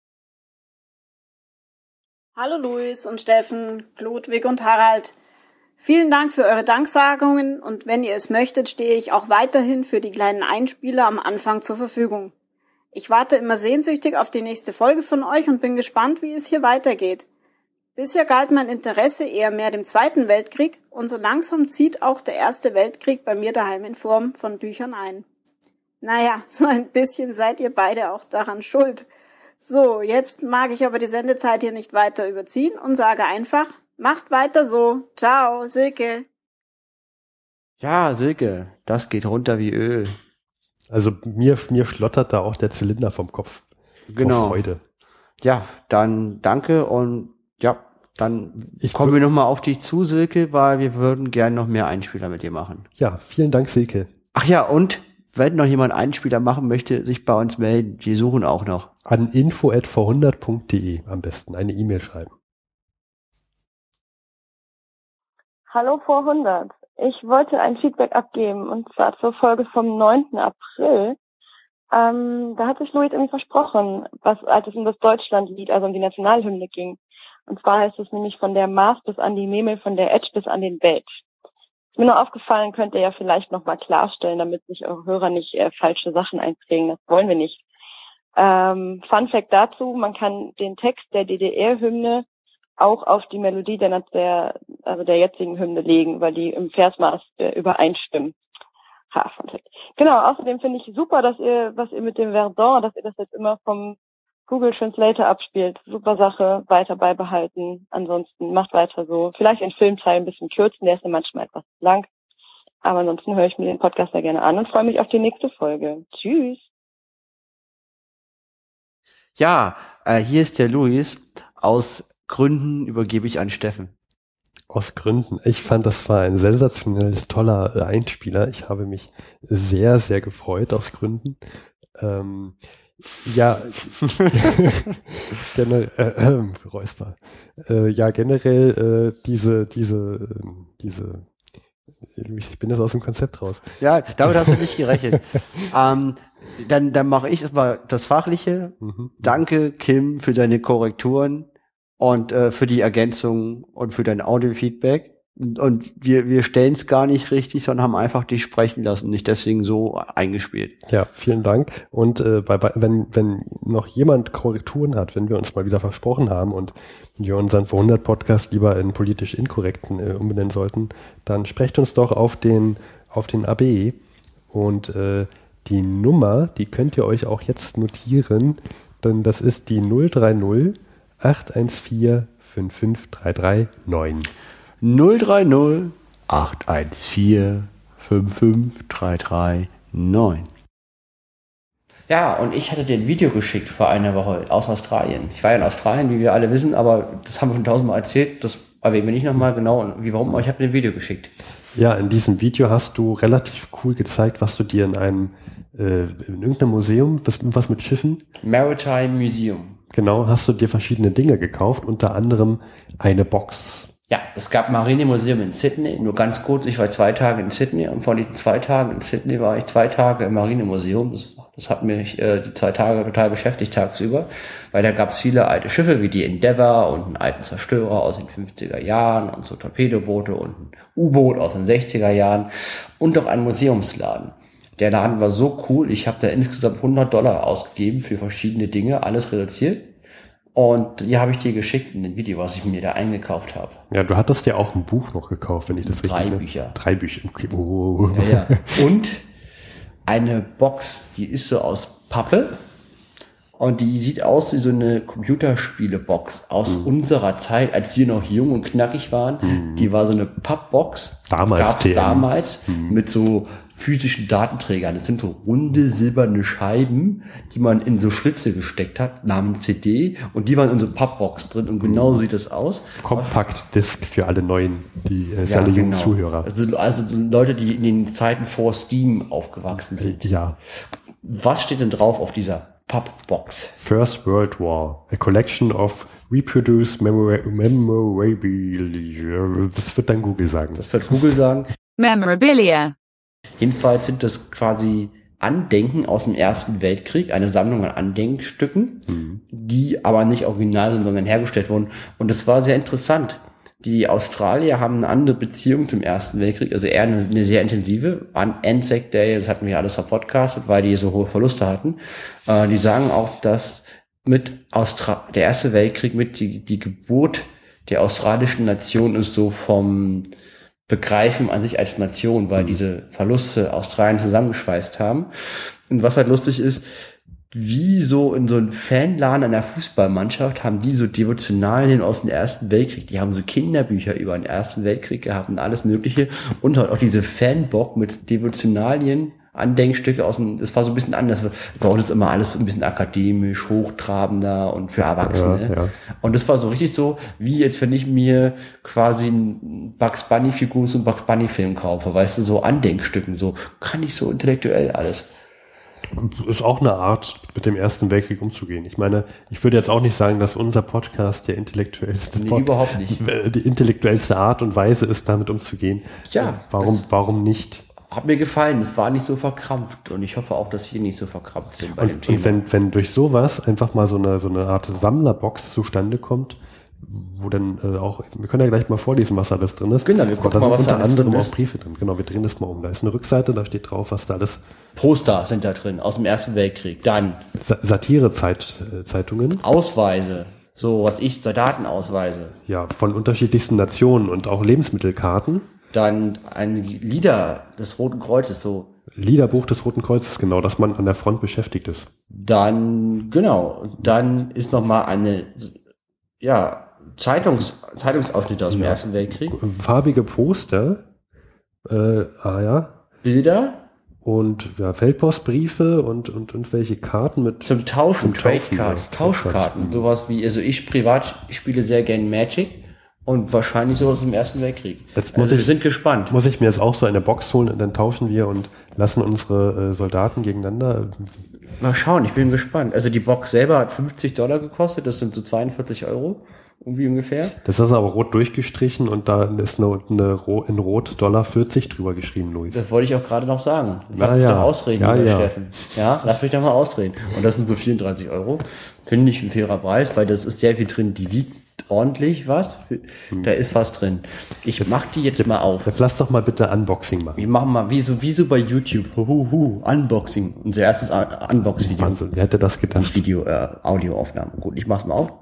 Hallo Luis und Steffen, Ludwig und Harald. Vielen Dank für eure Danksagungen und wenn ihr es möchtet, stehe ich auch weiterhin für die kleinen Einspieler am Anfang zur Verfügung. Ich warte immer sehnsüchtig auf die nächste Folge von euch und bin gespannt, wie es hier weitergeht. Bisher galt mein Interesse eher mehr dem Zweiten Weltkrieg und so langsam zieht auch der Erste Weltkrieg bei mir daheim in Form von Büchern ein. Naja, so ein bisschen seid ihr beide auch daran schuld. So, jetzt mag ich aber die Sendezeit hier nicht weiter überziehen und sage einfach, macht weiter so. Ciao, Silke. Ja, Silke, das geht runter wie Öl. Also mir, mir schlottert da auch der Zylinder vom Kopf. Genau. Vor Freude. Ja, dann danke und ja, dann Ich kommen wür- wir nochmal auf dich zu, Silke, weil wir würden gerne noch mehr Einspieler mit dir machen. Ja, vielen Dank, Silke. Ach ja, und wenn noch jemand Einspieler machen möchte, sich bei uns melden. Wir suchen auch noch. An info at vierhundert punkt de am besten eine E-Mail schreiben. Hallo vierhundert. Ich wollte ein Feedback abgeben und zwar zur Folge vom neunten April. Ähm, da hat sich Louis irgendwie versprochen, was, als es um das Deutschlandlied, also um die Nationalhymne ging. Und zwar heißt es nämlich von der Mars bis an die Memel, von der Etsch bis an den Belt. Ist mir nur aufgefallen, könnt ihr ja vielleicht nochmal klarstellen, damit sich eure Hörer nicht äh, falsche Sachen einprägen. Das wollen wir nicht. Ähm, Fun Fact dazu, man kann den Text der D D R-Hymne auch auf die Melodie der, der, also der jetzigen Hymne legen, weil die im Versmaß äh, übereinstimmen. Ha, Fun Fact. Genau, außerdem finde ich super, dass ihr, was ihr mit dem Verdun, dass ihr das jetzt immer vom Google Translator abspielt. Super Sache, weiter beibehalten. Ansonsten macht weiter so. Vielleicht den Filmteil ein bisschen kürzen, der ist ja manchmal etwas lang. Aber ansonsten höre ich mir den Podcast sehr gerne an und freue mich auf die nächste Folge. Tschüss. Ja, äh, hier ist der Luis. Aus Gründen übergebe ich an Steffen. Aus Gründen. Ich fand, das war ein sensationell toller äh, Einspieler. Ich habe mich sehr, sehr gefreut aus Gründen. Ähm, ja, generell, äh, äh, Räusper. Äh, ja, generell äh, diese, diese, äh, diese, Luis, ich bin jetzt aus dem Konzept raus. Ja, damit hast du nicht gerechnet. ähm, dann, dann mache ich erstmal das Fachliche. Mhm. Danke, Kim, für deine Korrekturen und äh, für die Ergänzung und für dein Audio-Feedback. Und, und wir, wir stellen es gar nicht richtig, sondern haben einfach dich sprechen lassen, nicht deswegen so eingespielt. Ja, vielen Dank. Und äh, bei, bei, wenn, wenn noch jemand Korrekturen hat, wenn wir uns mal wieder versprochen haben und wir unseren vierhundert Podcast lieber in politisch inkorrekten äh, umbenennen sollten, dann sprecht uns doch auf den, auf den A B. Und äh, die Nummer, die könnt ihr euch auch jetzt notieren, denn das ist die null drei null acht eins vier fünf fünf drei drei neun. null drei null acht eins vier fünf fünf drei drei neun. Ja, und ich hatte dir ein Video geschickt vor einer Woche aus Australien. Ich war ja in Australien, wie wir alle wissen, aber das haben wir schon tausendmal erzählt. Das erwähnen wir nicht nochmal genau, wie warum, aber ich habe dir ein Video geschickt. Ja, in diesem Video hast du relativ cool gezeigt, was du dir in einem, äh, in irgendeinem Museum, was, was mit Schiffen? Maritime Museum. Genau, hast du dir verschiedene Dinge gekauft, unter anderem eine Box. Ja, es gab ein Marinemuseum in Sydney, nur ganz kurz, ich war zwei Tage in Sydney und von diesen zwei Tagen in Sydney war ich zwei Tage im Marinemuseum. Das, das hat mich äh, die zwei Tage total beschäftigt tagsüber, weil da gab es viele alte Schiffe wie die Endeavour und einen alten Zerstörer aus den fünfziger Jahren und so Torpedoboote und ein U-Boot aus den sechziger Jahren und auch einen Museumsladen. Der Laden war so cool, ich habe da insgesamt hundert Dollar ausgegeben für verschiedene Dinge, alles reduziert. Und die habe ich dir geschickt in dem Video, was ich mir da eingekauft habe. Ja, du hattest ja auch ein Buch noch gekauft, wenn ich das Drei richtig... Bücher. Drei Bücher. Okay. Oh. Ja, ja. Und eine Box, die ist so aus Pappe und die sieht aus wie so eine Computerspielebox aus mhm. unserer Zeit, als wir noch jung und knackig waren. Mhm. Die war so eine Pappbox. Damals. Gab's T M. damals mhm. mit so physischen Datenträgern. Das sind so runde silberne Scheiben, die man in so Schlitze gesteckt hat, namens C D, und die waren in so einer Pappbox drin und genau mhm. sieht das aus. Compact Disc für alle neuen, die äh, für ja, alle jungen genau. Zuhörer. Also, also Leute, die in den Zeiten vor Steam aufgewachsen sind. Ja. Was steht denn drauf auf dieser Pappbox? First World War, a collection of reproduced memora- memorabilia. Das wird dann Google sagen. Das wird Google sagen. Memorabilia. Jedenfalls sind das quasi Andenken aus dem Ersten Weltkrieg, eine Sammlung an Andenkstücken, mhm. die aber nicht original sind, sondern hergestellt wurden. Und es war sehr interessant, die Australier haben eine andere Beziehung zum Ersten Weltkrieg, also eher eine, eine sehr intensive. An Anzac Day, das hatten wir alles verpodcastet, weil die so hohe Verluste hatten. Äh, die sagen auch, dass mit Austra- der Erste Weltkrieg mit die, die Geburt der australischen Nation ist so vom Begreifen an sich als Nation, weil mhm. diese Verluste Australien zusammengeschweißt haben. Und was halt lustig ist, wie so in so einem Fanladen einer Fußballmannschaft haben die so Devotionalien aus dem Ersten Weltkrieg. Die haben so Kinderbücher über den Ersten Weltkrieg gehabt und alles Mögliche. Und halt auch diese Fanbox mit Devotionalien, Andenkstücke aus dem, das war so ein bisschen anders. Bei uns ist immer alles so ein bisschen akademisch, hochtrabender und für Erwachsene. Ja, ja. Und das war so richtig so, wie jetzt, wenn ich mir quasi ein Bugs Bunny Figur, so ein Bugs Bunny Film kaufe, weißt du, so Andenkstücken, so kann ich so intellektuell alles. Ist auch eine Art, mit dem Ersten Weltkrieg umzugehen. Ich meine, ich würde jetzt auch nicht sagen, dass unser Podcast der intellektuellste nee, Pod- überhaupt nicht. die intellektuellste Art und Weise ist, damit umzugehen. Ja. Warum, warum nicht? Hat mir gefallen. Es war nicht so verkrampft und ich hoffe auch, dass hier nicht so verkrampft sind bei und, dem Thema. Und wenn, wenn durch sowas einfach mal so eine, so eine Art Sammlerbox zustande kommt, wo dann äh, auch, wir können ja gleich mal vorlesen, was da alles drin ist. Genau, wir gucken da mal, sind was unter da alles anderem drin auch ist. Briefe drin. Genau, wir drehen das mal um. Da ist eine Rückseite, da steht drauf, was da alles. Poster sind da drin, aus dem Ersten Weltkrieg. Dann Sa- Satire-Zeitungen. Ausweise. So, was ich, Soldatenausweise. Ja, von unterschiedlichsten Nationen und auch Lebensmittelkarten. Dann ein Lieder des Roten Kreuzes, so. Liederbuch des Roten Kreuzes, genau, dass man an der Front beschäftigt ist. Dann, genau, dann ist noch mal eine, ja, Zeitungs, Zeitungsausschnitte aus dem ja. Ersten Weltkrieg. Farbige Poster, äh, ah ja. Bilder. Und ja, Feldpostbriefe und, und, und welche Karten mit... Zum Tauschen, Trade Cards, ja, Tauschkarten, sowas wie, also ich privat ich spiele sehr gerne Magic und wahrscheinlich sowas im Ersten Weltkrieg. Jetzt muss also ich, wir sind gespannt. Muss ich mir jetzt auch so eine Box holen und dann tauschen wir und lassen unsere äh, Soldaten gegeneinander... Mal schauen, ich bin gespannt. Also die Box selber hat fünfzig Dollar gekostet, das sind so zweiundvierzig Euro. Irgendwie ungefähr. Das ist aber rot durchgestrichen und da ist eine, eine in Rot Dollar vierzig drüber geschrieben, Luis. Das wollte ich auch gerade noch sagen. Lass Na mich ja. doch ausreden, ja, lieber ja. Steffen. Ja, lass mich doch mal ausreden. Und das sind so vierunddreißig Euro. Finde ich ein fairer Preis, weil das ist sehr viel drin. Die wiegt ordentlich was. Da ist was drin. Ich mach die jetzt, jetzt mal auf. Jetzt lass doch mal bitte Unboxing machen. Wir machen mal, wie so, wie so bei YouTube. Huhuhu, Unboxing. Unser erstes Unbox-Video. Wahnsinn, wer hätte das gedacht? Nicht Video, äh, Audioaufnahmen. Gut, ich mach's mal auf.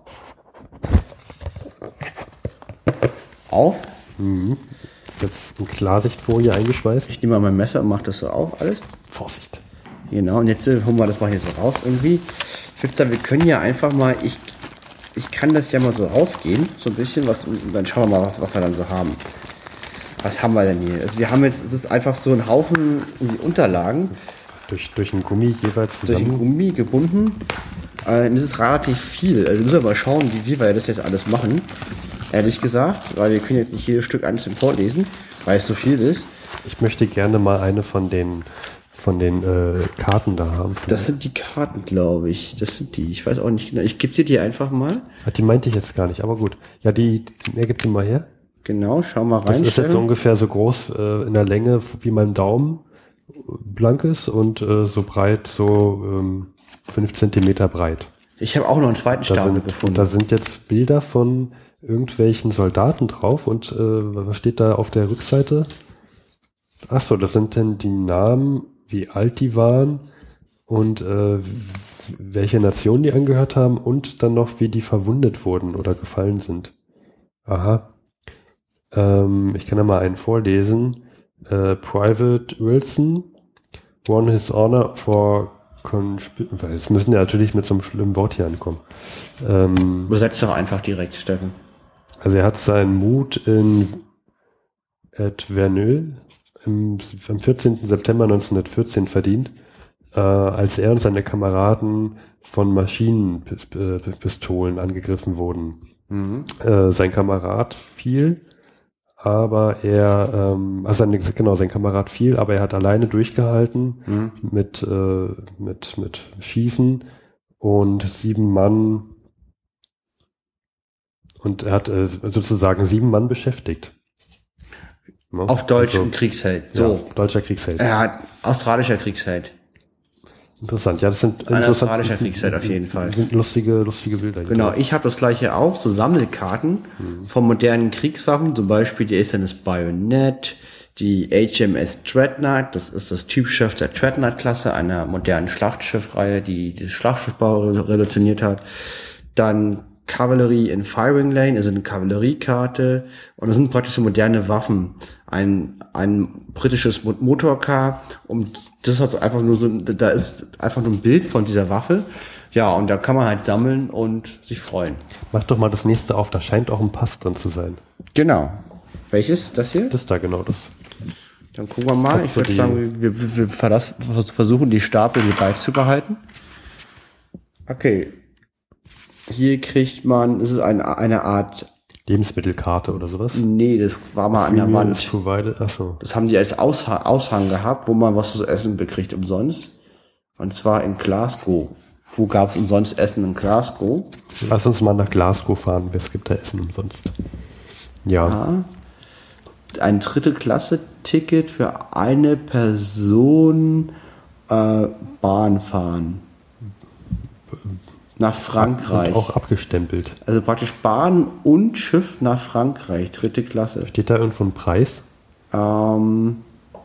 Auf. Mhm. Jetzt in Klarsichtfolie eingeschweißt. Ich nehme mal mein Messer und mache das so auf, alles. Vorsicht. Genau, und jetzt äh, holen wir das mal hier so raus irgendwie. Ich würde sagen, wir können ja einfach mal, ich, ich kann das ja mal so rausgehen, so ein bisschen, was, und dann schauen wir mal, was, was wir dann so haben. Was haben wir denn hier? Also wir haben jetzt, es ist einfach so ein Haufen Unterlagen. Durch, durch einen Gummi jeweils zusammen. Durch einen Gummi gebunden. Äh, das ist relativ viel. Also müssen wir mal schauen, wie, wie wir das jetzt alles machen. Ehrlich gesagt, weil wir können jetzt nicht jedes Stück einzeln vorlesen, weil es so viel ist. Ich möchte gerne mal eine von den von den äh, Karten da haben. Das sind die Karten, glaube ich. Das sind die. Ich weiß auch nicht genau. Ich gebe sie dir einfach mal. Die meinte ich jetzt gar nicht, aber gut. Ja, die, er gibt die mal her. Genau, schau mal rein. Das ist jetzt so ungefähr so groß äh, in der Länge wie mein Daumen, blankes und äh, so breit, so ähm, fünf Zentimeter breit. Ich habe auch noch einen zweiten Stapel sind, gefunden. Und da sind jetzt Bilder von irgendwelchen Soldaten drauf und äh, was steht da auf der Rückseite? Ach so, das sind denn die Namen, wie alt die waren und äh, welche Nation die angehört haben und dann noch, wie die verwundet wurden oder gefallen sind. Aha. Ähm, ich kann ja mal einen vorlesen. Äh, Private Wilson won his honor for Conspiracy. Jetzt müssen ja natürlich mit so einem schlimmen Wort hier ankommen. Ähm, Übersetzt doch einfach direkt, Steffen. Also er hat seinen Mut in at Verneuil im, am vierzehnten September neunzehnhundertvierzehn verdient, äh, als er und seine Kameraden von Maschinenpistolen angegriffen wurden. Mhm. Äh, sein Kamerad fiel, aber er, ähm, also seine, genau, sein Kamerad fiel, aber er hat alleine durchgehalten mhm. mit, äh, mit, mit Schießen und sieben Mann und er hat äh, sozusagen sieben Mann beschäftigt. Ja, auf deutschen also, Kriegsheld. So. Ja, deutscher Kriegsheld. Er hat australischer Kriegsheld. Interessant, ja, das sind Eine interessant- australischer Kriegszeit auf jeden Fall. Sind lustige, lustige Bilder. Genau, ich habe das gleiche auch, so Sammelkarten mhm. von modernen Kriegswaffen, zum Beispiel die H M S Bayonet, die H M S Dreadnought, das ist das Typschiff der Dreadnought-Klasse, einer modernen Schlachtschiffreihe, die die Schlachtschiffbau revolutioniert hat. Dann Cavalry in Firing Lane, also eine Kavalleriekarte, und das sind praktisch so moderne Waffen. Ein, ein britisches Motorcar, und das hat so einfach nur so, da ist einfach nur ein Bild von dieser Waffe. Ja, und da kann man halt sammeln und sich freuen. Mach doch mal das nächste auf, da scheint auch ein Pass drin zu sein. Genau. Welches? Das hier? Das da, genau, das. Dann gucken wir mal. Ich würde sagen, wir, wir, wir verlassen, versuchen die Stapel hier beizubehalten. Okay. Hier kriegt man, es ist eine, eine Art Lebensmittelkarte oder sowas? Nee, das war mal an der Wand. Ach so. Das haben die als Aushang, Aushang gehabt, wo man was zu essen bekriegt umsonst. Und zwar in Glasgow. Wo gab es umsonst Essen in Glasgow? Lass uns mal nach Glasgow fahren, es gibt da Essen umsonst. Ja. ja. Ein dritte Klasse-Ticket für eine Person äh, Bahn fahren. Nach Frankreich. Und auch abgestempelt. Also praktisch Bahn und Schiff nach Frankreich, dritte Klasse. Steht da irgendwo ein Preis? Ähm,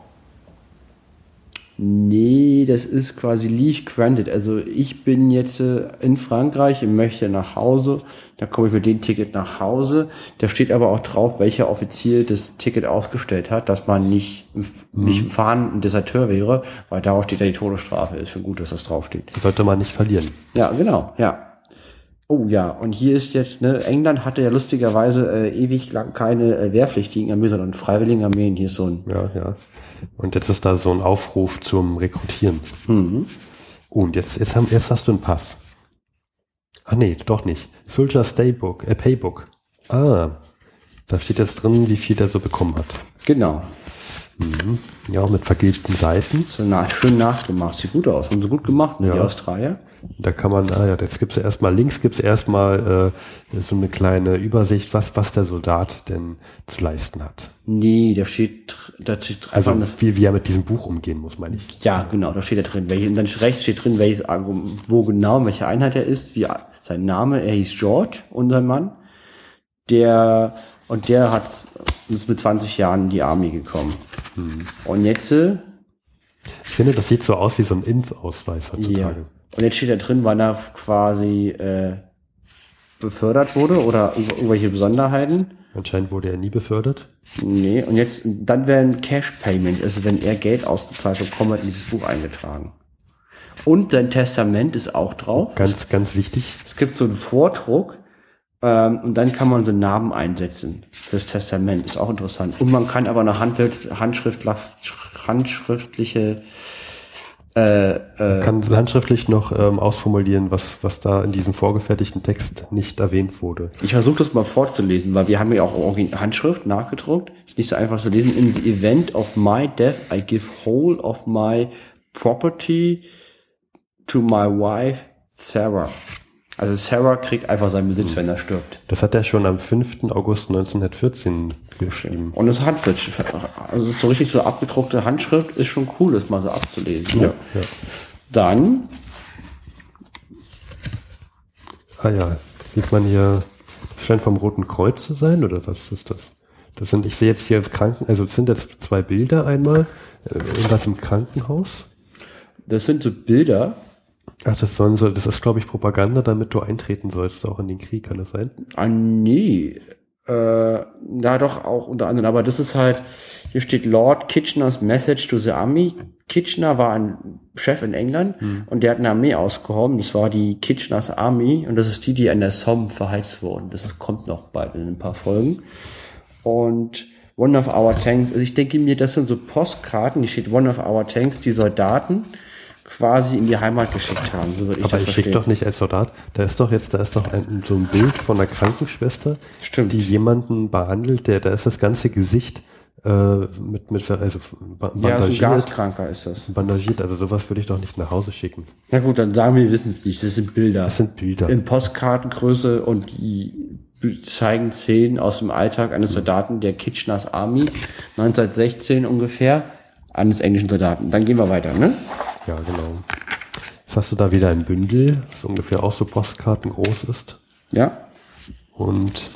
nee, das ist quasi Leave Granted. Also ich bin jetzt in Frankreich und möchte nach Hause. Da komme ich mit dem Ticket nach Hause. Da steht aber auch drauf, welcher Offizier das Ticket ausgestellt hat, dass man nicht, mhm. nicht fahren ein Deserteur wäre, weil darauf steht ja die Todesstrafe. Ist schon gut, dass das draufsteht. Sollte man nicht verlieren. Ja, genau, ja. Oh ja, und hier ist jetzt, ne, England hatte ja lustigerweise äh, ewig lang keine äh, wehrpflichtigen Armeen, sondern freiwilligen Armeen. Hier ist so ein... Ja, ja. Und jetzt ist da so ein Aufruf zum Rekrutieren. Mhm. Oh, und jetzt, jetzt, haben, jetzt hast du einen Pass. Ah nee, doch nicht. Soldier's Daybook, äh, Paybook. Ah, da steht jetzt drin, wie viel der so bekommen hat. Genau. Mhm. Ja, auch mit vergilbten Seiten. So na, schön nachgemacht. Sieht gut aus. Haben sie gut gemacht, ne, ja. Die Australier. Da kann man, ah ja, jetzt gibt's ja erstmal, links gibt's erstmal äh, so eine kleine Übersicht, was, was der Soldat denn zu leisten hat. Nee, da steht, da steht also wie, wie er mit diesem Buch umgehen muss, meine ich. Ja, genau, da steht da drin. Welche, und dann rechts steht drin, welches, wo genau, welche Einheit er ist, wie sein Name. Er hieß George, unser Mann. Der, und der hat, ist mit zwanzig Jahren in die Army gekommen. Hm. Und jetzt, äh, ich finde, das sieht so aus wie so ein Impfausweis heutzutage. Ja. Und jetzt steht da drin, wann er quasi äh, befördert wurde oder irgendwelche Besonderheiten. Anscheinend wurde er nie befördert. Nee, und jetzt, dann werden Cash Payment, also wenn er Geld ausgezahlt bekommt, hat in dieses Buch eingetragen. Und sein Testament ist auch drauf. Ganz, ganz wichtig. Es gibt so einen Vordruck, ähm, und dann kann man so Namen einsetzen fürs Testament. Ist auch interessant. Und man kann aber eine Handschrift, handschriftliche Äh, äh, kann handschriftlich noch ähm, ausformulieren, was, was da in diesem vorgefertigten Text nicht erwähnt wurde. Ich versuche das mal vorzulesen, weil wir haben ja auch Handschrift nachgedruckt. Ist nicht so einfach zu lesen. In the event of my death, I give whole of my property to my wife, Sarah. Also Sarah kriegt einfach seinen Besitz, wenn er stirbt. Das hat er schon am fünften August neunzehnhundertvierzehn geschrieben. Und das hat, also es ist so richtig so abgedruckte Handschrift, ist schon cool, das mal so abzulesen. Ja, ja. Dann. Ah ja, sieht man hier, scheint vom Roten Kreuz zu sein, oder was ist das? Das sind, ich sehe jetzt hier Kranken, also es sind jetzt zwei Bilder einmal, irgendwas im Krankenhaus. Das sind so Bilder. Ach, das sollen so, das ist, glaube ich, Propaganda, damit du eintreten sollst, auch in den Krieg, kann das sein? Ah, nee. Äh, na doch, auch unter anderem, aber das ist halt, hier steht Lord Kitchener's Message to the Army. Kitchener war ein Chef in England, hm. und der hat eine Armee ausgehoben, das war die Kitchener's Army, und das ist die, die an der Somme verheizt wurden. Das ist, kommt noch bald in ein paar Folgen. Und One of Our Tanks, also ich denke mir, das sind so Postkarten, die steht One of Our Tanks, die Soldaten quasi in die Heimat geschickt haben. So würde ich Aber das ich schicke doch nicht als Soldat. Da ist doch jetzt, da ist doch ein, so ein Bild von einer Krankenschwester, Stimmt. die jemanden behandelt, der, da ist das ganze Gesicht äh, mit, mit, also bandagiert. Ja, so ein Gaskranker ist das. Bandagiert, also sowas würde ich doch nicht nach Hause schicken. Na gut, dann sagen wir, wir wissen es nicht. Das sind Bilder. Das sind Bilder. In Postkartengröße, und die zeigen Szenen aus dem Alltag eines Soldaten der Kitchener's Army, neunzehnhundertsechzehn ungefähr, eines englischen Soldaten. Dann gehen wir weiter, ne? Ja, genau. Jetzt hast du da wieder ein Bündel, das ungefähr auch so Postkarten groß ist. Ja. Und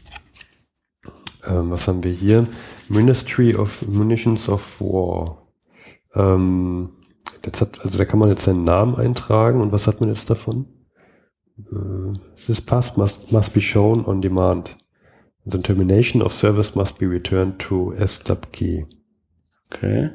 ähm, was haben wir hier? Ministry of Munitions of War. Ähm, das hat, also da kann man jetzt seinen Namen eintragen. Und was hat man jetzt davon? Uh, this pass must, must be shown on demand. The termination of service must be returned to S L A B G. Okay.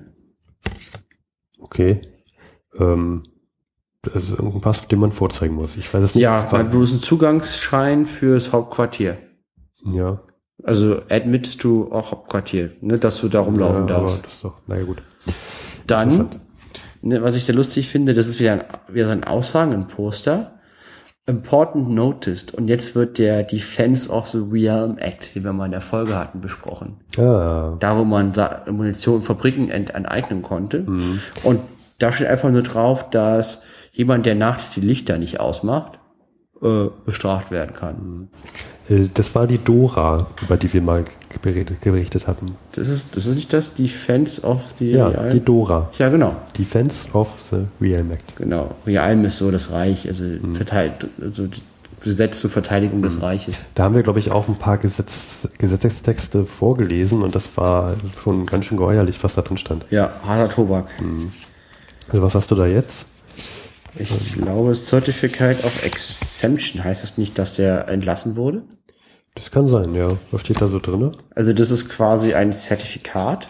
Okay. Ähm, das ist irgendein Pass, den man vorzeigen muss. Ich weiß es nicht. Ja, weil du hast einen Zugangsschein fürs Hauptquartier. Ja. Also admittest du auch Hauptquartier, ne, dass du da rumlaufen ja, darfst. Aber das ist doch, naja gut. Dann, ne, was ich sehr lustig finde, das ist wieder, ein, wieder so ein Aussagen, ein Poster. Important Noticed. Und jetzt wird der Defense of the Realm Act, den wir mal in der Folge hatten, besprochen. Ah. Da, wo man Sa- Munition in Fabriken ent- enteignen konnte. Mhm. Und da steht einfach nur drauf, dass jemand, der nachts die Lichter nicht ausmacht, äh, bestraft werden kann. Äh, Das war die Dora, über die wir mal berichtet, berichtet hatten. Das ist, das ist nicht das Defense of the Ja, Realm? die Dora. Ja, genau. Defense of the Realm Act. Genau. Realm ist so das Reich, also mhm. verteilt, also Gesetz zur Verteidigung mhm. des Reiches. Da haben wir, glaube ich, auch ein paar Gesetz, Gesetzestexte vorgelesen und das war schon ganz schön geheuerlich, was da drin stand. Ja, harter Tobak. Mhm. Also was hast du da jetzt? Ich glaube, Certificate of Exemption heißt es nicht, dass der entlassen wurde? Das kann sein, ja. Was steht da so drin? Also das ist quasi ein Zertifikat.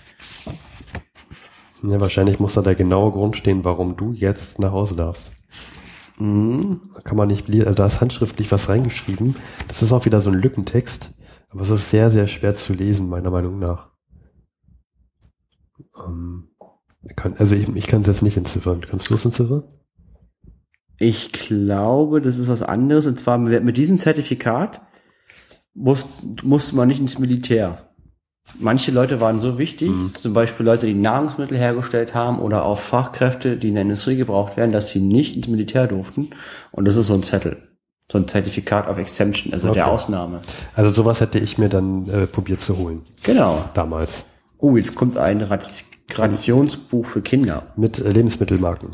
Ja, wahrscheinlich muss da der genaue Grund stehen, warum du jetzt nach Hause darfst. Mhm. Da kann man nicht, also da ist handschriftlich was reingeschrieben. Das ist auch wieder so ein Lückentext, aber es ist sehr, sehr schwer zu lesen, meiner Meinung nach. Ähm, kann, also ich, ich kann es jetzt nicht entziffern. Kannst du es entziffern? Ich glaube, das ist was anderes. Und zwar mit, mit diesem Zertifikat muss, musste man nicht ins Militär. Manche Leute waren so wichtig, mhm. zum Beispiel Leute, die Nahrungsmittel hergestellt haben oder auch Fachkräfte, die in der Industrie gebraucht werden, dass sie nicht ins Militär durften. Und das ist so ein Zettel. So ein Zertifikat of Exemption, also okay. der Ausnahme. Also sowas hätte ich mir dann äh, probiert zu holen. Genau. Damals. Oh, jetzt kommt ein Rat- Rationsbuch für Kinder. Mit äh, Lebensmittelmarken.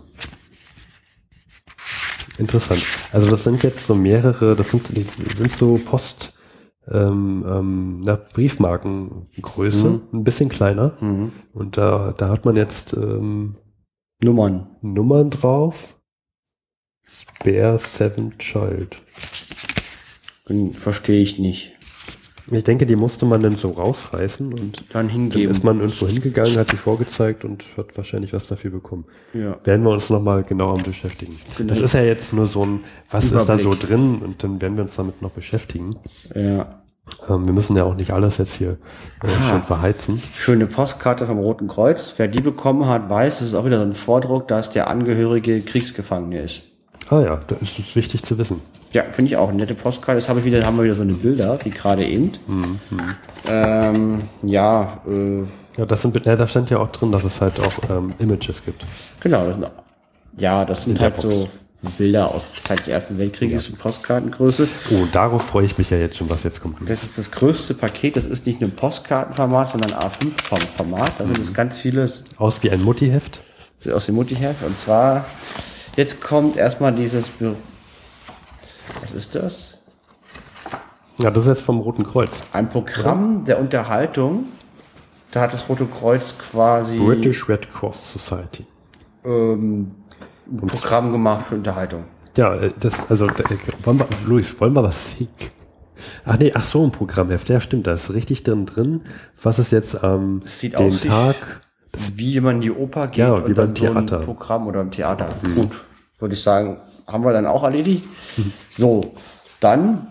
Interessant. Also das sind jetzt so mehrere, das sind, das sind so Post, ähm, ähm, na, Briefmarkengröße, mhm. ein bisschen kleiner. Mhm. Und da, da hat man jetzt ähm, Nummern. Nummern drauf. Spare Seven Child. Verstehe ich nicht. Ich denke, die musste man dann so rausreißen und dann hingeben. Dann ist man irgendwo hingegangen, hat die vorgezeigt und hat wahrscheinlich was dafür bekommen. Ja. Werden wir uns nochmal genauer beschäftigen. Genau. Das ist ja jetzt nur so ein, was Überblick. Ist da so drin und dann werden wir uns damit noch beschäftigen. Ja. Ähm, wir müssen ja auch nicht alles jetzt hier äh, ah, schon verheizen. Schöne Postkarte vom Roten Kreuz. Wer die bekommen hat, weiß, das ist auch wieder so ein Vordruck, dass der Angehörige Kriegsgefangene ist. Ah ja, das ist wichtig zu wissen. Ja, finde ich auch. Eine nette Postkarte. Jetzt habe ich wieder, haben wir wieder so eine Bilder, wie gerade eben. Mhm. Ähm, ja, äh, ja, das sind, ja, da stand ja auch drin, dass es halt auch ähm, Images gibt. Genau, das sind, ja, das sind halt so Bilder aus der Zeit des Ersten Weltkrieges in Postkartengröße. Oh, darauf freue ich mich ja jetzt schon, was jetzt kommt. Das ist das größte Paket. Das ist nicht nur ein Postkartenformat, sondern A fünf Format. Da sind es mhm. ganz viele. Aus wie ein Muttiheft? Aus dem Muttiheft. Und zwar, jetzt kommt erstmal dieses, was ist das? Ja, das ist jetzt vom Roten Kreuz. Ein Programm der Unterhaltung. Da hat das Rote Kreuz quasi British Red Cross Society. Ähm, ein Und Programm gemacht für Unterhaltung. Ja, das, also, da, wollen wir, Luis, wollen wir was sehen? Ach nee, ach so, ein Programmheft. Ja, stimmt, da ist richtig drin drin. Was ist jetzt am ähm, den aus, Tag? Das wie man in die Oper geht, ja, wie beim so Theater. Ein Programm oder im Theater. Mhm. Gut, würde ich sagen, haben wir dann auch erledigt. Mhm. So, dann,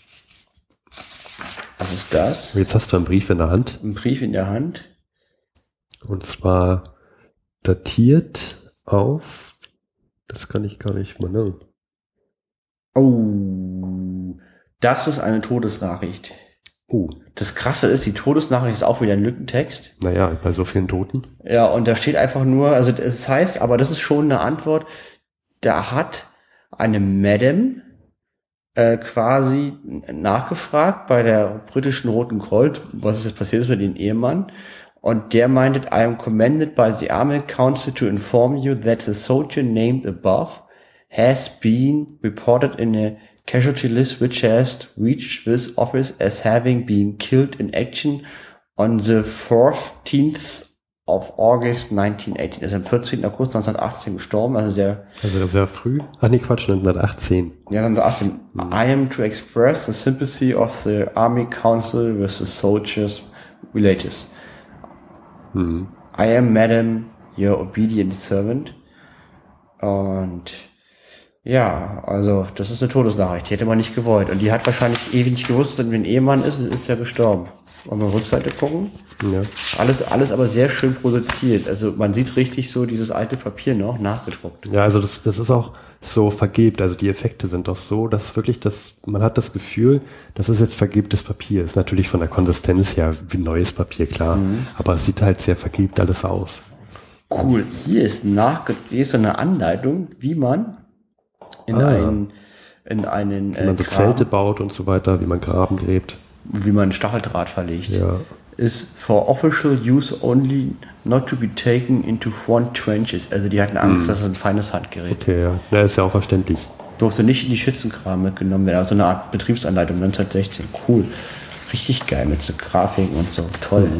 was ist das? Jetzt hast du einen Brief in der Hand. Ein Brief in der Hand. Und zwar datiert auf, das kann ich gar nicht mal nennen. Oh, das ist eine Todesnachricht. Oh. Das Krasse ist, die Todesnachricht ist auch wieder ein Lückentext. Naja, bei so vielen Toten. Ja, und da steht einfach nur, also es heißt, aber das ist schon eine Antwort, da hat eine Madame äh, quasi nachgefragt bei der britischen Roten Kreuz, was ist jetzt passiert ist mit dem Ehemann. Und der meinte, I am commanded by the Army Council to inform you that the soldier named above has been reported in a casualty list which has reached this office as having been killed in action on the fourteenth of August nineteen eighteen. Er ist am vierzehnten August neunzehnhundertachtzehn gestorben, also sehr... Also sehr früh? Ach nee, Quatsch, neunzehnhundertachtzehn. Ja, neunzehnhundertachtzehn. Mhm. I am to express the sympathy of the Army Council with the soldiers' relatives. Mhm. I am, Madam, your obedient servant. Und ja, also das ist eine Todesnachricht, die hätte man nicht gewollt. Und die hat wahrscheinlich ewig nicht gewusst, wenn ein Ehemann ist, ist er gestorben. Wollen wir Rückseite gucken? Ja. Alles, alles aber sehr schön produziert. Also man sieht richtig so dieses alte Papier noch nachgedruckt. Ja, also das, das ist auch so vergilbt. Also die Effekte sind doch so, dass wirklich das, man hat das Gefühl, das ist jetzt vergilbtes Papier. Ist natürlich von der Konsistenz her wie neues Papier, klar. Mhm. Aber es sieht halt sehr vergilbt alles aus. Cool. Hier ist nachge, hier ist so eine Anleitung, wie man in ah. einen, in einen, wie man äh, so Zelte baut und so weiter, wie man Graben gräbt. Wie man Stacheldraht verlegt. Ja. Ist for official use only, not to be taken into foreign trenches. Also die hatten Angst, mhm. dass es ein feines Handgerät. Okay, ja. Ja, ist ja auch verständlich. Durfte nicht in die Schützenkram mitgenommen werden. Also eine Art Betriebsanleitung neunzehnhundertsechzehn. Cool. Richtig geil mit so Grafiken und so. Toll. Mhm.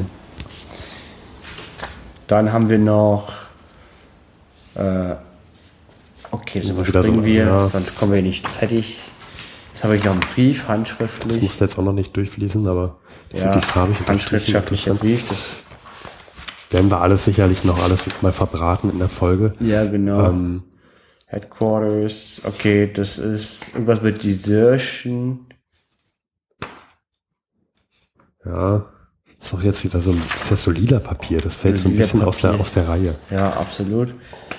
Dann haben wir noch äh, okay, das überspringen so, wir, ja. Sonst kommen wir nicht fertig. Jetzt habe ich noch einen Brief, handschriftlich. Das musst du jetzt auch noch nicht durchlesen, aber das ja, wirklich farbig handschriftlicher Brief. Das werden wir alles sicherlich noch alles mal verbraten in der Folge. Ja, genau. Ähm, Headquarters, okay, das ist irgendwas mit Desertion. Ja, ist doch jetzt wieder so ein, ist das so lila Papier, das fällt so ein bisschen aus der, aus der Reihe. Ja, absolut.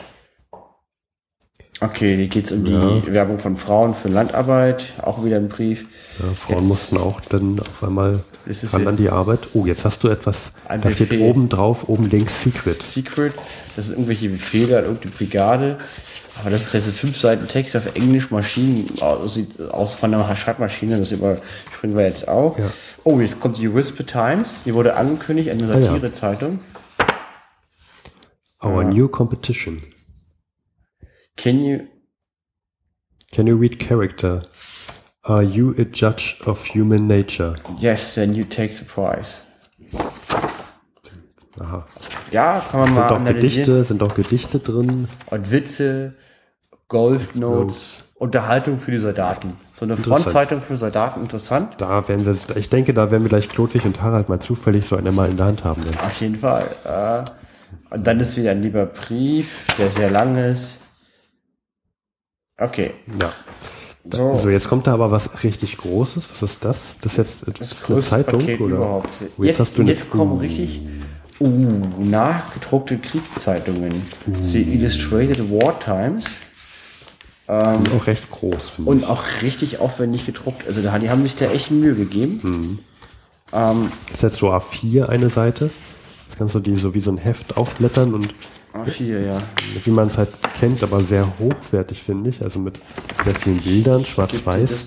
Okay, hier geht's um ja. die Werbung von Frauen für Landarbeit, auch wieder ein Brief. Ja, Frauen jetzt mussten auch dann auf einmal ran an die Arbeit. Oh, jetzt hast du etwas, da steht oben drauf, oben links Secret. Secret, das sind irgendwelche Befehle an irgendeine Brigade. Aber das ist jetzt ein fünf Seiten Text auf Englisch, Maschinen, sieht aus von einer Schreibmaschine, das überspringen wir jetzt auch. Ja. Oh, jetzt kommt die Whisper Times, die wurde angekündigt, eine Satire-Zeitung. Our ja. new competition. Can you Can you read character? Are you a judge of human nature? Yes, then you take the prize. Aha. Ja, kann man sind mal auch analysieren. Gedichte, sind auch Gedichte drin. Und Witze, Golfnotes, Unterhaltung für die Soldaten. So eine Frontzeitung für Soldaten, interessant. Da werden wir, ich denke, da werden wir gleich Klodwig und Harald mal zufällig so eine mal in der Hand haben. Dann. Auf jeden Fall. Äh, und dann ist wieder ein lieber Brief, der sehr lang ist. Okay. Ja. So. so, jetzt kommt da aber was richtig Großes. Was ist das? Das ist jetzt das ist eine Zeitung, Paket oder? Überhaupt. Oh, jetzt, jetzt hast du jetzt eine, kommen uh. richtig uh, nachgedruckte Kriegszeitungen. Uh. Die Illustrated War Times. Ähm, auch recht groß. Und auch richtig aufwendig gedruckt. Also da, die haben sich da echt Mühe gegeben. Mhm. Ähm, das ist jetzt so A vier eine Seite. Jetzt kannst du die so wie so ein Heft aufblättern und A vier, ja. Wie man es halt kennt, aber sehr hochwertig, finde ich. Also mit sehr vielen Bildern, schwarz-weiß.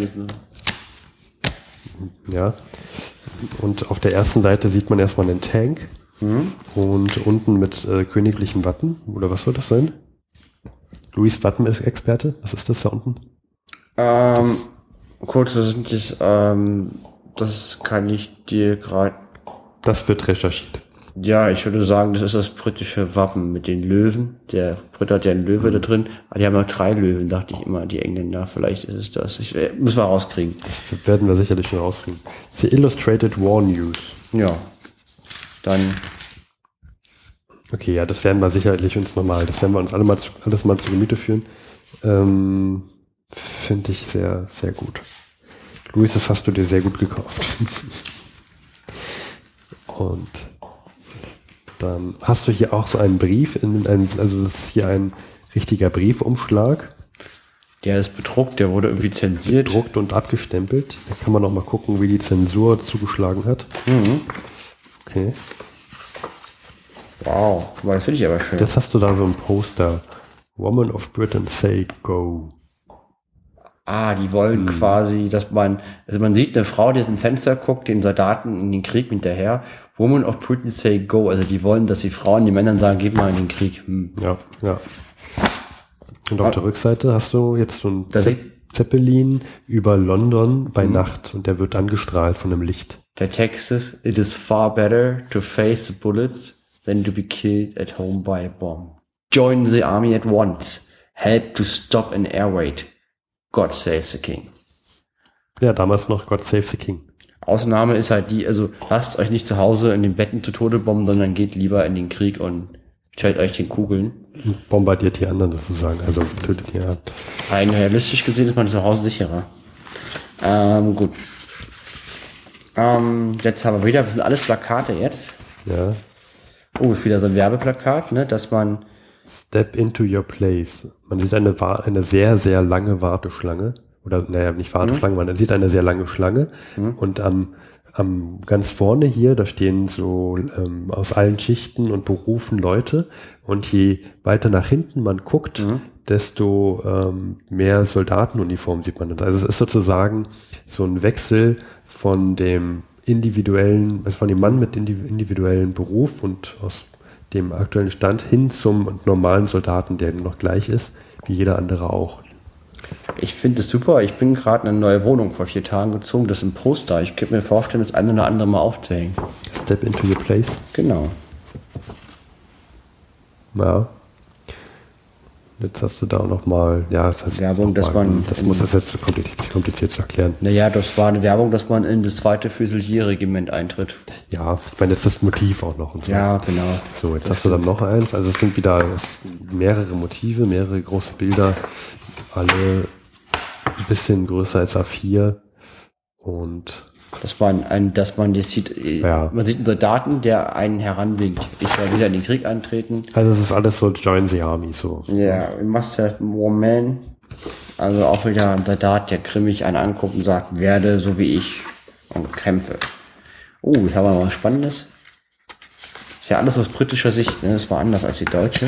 Ja. Und auf der ersten Seite sieht man erstmal einen Tank. Mhm. Und unten mit äh, königlichem Wappen. Oder was soll das sein? Luis Wappen ist Experte. Was ist das da unten? Ähm, das, kurz, das ist das, ähm, das kann ich dir gerade... Das wird recherchiert. Ja, ich würde sagen, das ist das britische Wappen mit den Löwen. Der Brit hat ja einen Löwe mhm. da drin. Aber die haben noch drei Löwen, dachte ich immer, die Engländer. Vielleicht ist es das. Ich, äh, müssen wir rauskriegen. Das werden wir sicherlich schon rauskriegen. The Illustrated War News. Ja. Dann... Okay, ja, das werden wir sicherlich uns nochmal, das werden wir uns alle mal zu, alles mal zu Gemüte führen. Ähm, Finde ich sehr, sehr gut. Luis, das hast du dir sehr gut gekauft. Und dann hast du hier auch so einen Brief, in einem, also das ist hier ein richtiger Briefumschlag. Der ist bedruckt, der wurde irgendwie zensiert. Bedruckt und abgestempelt. Da kann man noch mal gucken, wie die Zensur zugeschlagen hat. Mhm. Okay. Wow, das finde ich aber schön. Jetzt hast du da so ein Poster. Woman of Britain say go. Ah, die wollen Hm. quasi, dass man, also man sieht eine Frau, die aus dem Fenster guckt, den Soldaten in den Krieg hinterher. Women of Britain say go. Also die wollen, dass die Frauen den Männern sagen, geht mal in den Krieg. Hm. Ja, ja. Und auf Ah. der Rückseite hast du jetzt so einen Da Ze sieht- Zeppelin über London bei Mhm. Nacht und der wird angestrahlt von einem Licht. Der Text ist, it is far better to face the bullets than to be killed at home by a bomb. Join the army at once. Help to stop an air raid. God save the king. Ja, damals noch God Save the King. Ausnahme ist halt die, also lasst euch nicht zu Hause in den Betten zu Tode bomben, sondern geht lieber in den Krieg und stellt euch den Kugeln. Und bombardiert die anderen sozusagen, also tötet die ja. Rein realistisch gesehen ist man zu Hause sicherer. Ähm, gut. Ähm, jetzt haben wir wieder, das sind alles Plakate jetzt. Ja. Oh, ist wieder so ein Werbeplakat, ne, dass man, Step into your place. Man sieht eine, Wa- eine sehr, sehr lange Warteschlange. Oder, naja, nicht Warteschlange, man sieht eine sehr lange Schlange. Mhm. Und am, am ganz vorne hier, da stehen so ähm, aus allen Schichten und Berufen Leute. Und je weiter nach hinten man guckt, Mhm. desto ähm, mehr Soldatenuniformen sieht man. Also es ist sozusagen so ein Wechsel von dem individuellen, also von dem Mann mit indiv- individuellen Beruf und aus dem aktuellen Stand hin zum normalen Soldaten, der noch gleich ist, wie jeder andere auch. ich finde es super, ich bin gerade in eine neue Wohnung vor vier Tagen gezogen, das ist ein Poster. Ich könnte mir vorstellen, das eine oder andere mal aufzuhängen. Step into your place. Genau. Ja. Jetzt hast du da auch nochmal, ja, das heißt Werbung, dass nochmal- man- das muss das jetzt zu kompliziert, kompliziert zu erklären. Naja, das war eine Werbung, dass man in das zweite Füsilier-Regiment eintritt. Ja, ich meine jetzt das Motiv auch noch und so. Ja, genau. So, jetzt hast du dann noch eins. Also es sind wieder es sind mehrere Motive, mehrere große Bilder, alle ein bisschen größer als A vier und Dass man, ein, dass man jetzt sieht, äh, Ja. man sieht einen Soldaten, der einen heranwinkt. Ich soll wieder in den Krieg eintreten. also es ist alles so Join the Army so. Ja, we must have more men. Also auch wieder ein Soldat, der grimmig einen anguckt und sagt, werde so wie ich und kämpfe. Oh, jetzt haben wir mal was Spannendes. Ist ja alles aus britischer Sicht, ne? Das war anders als die deutsche.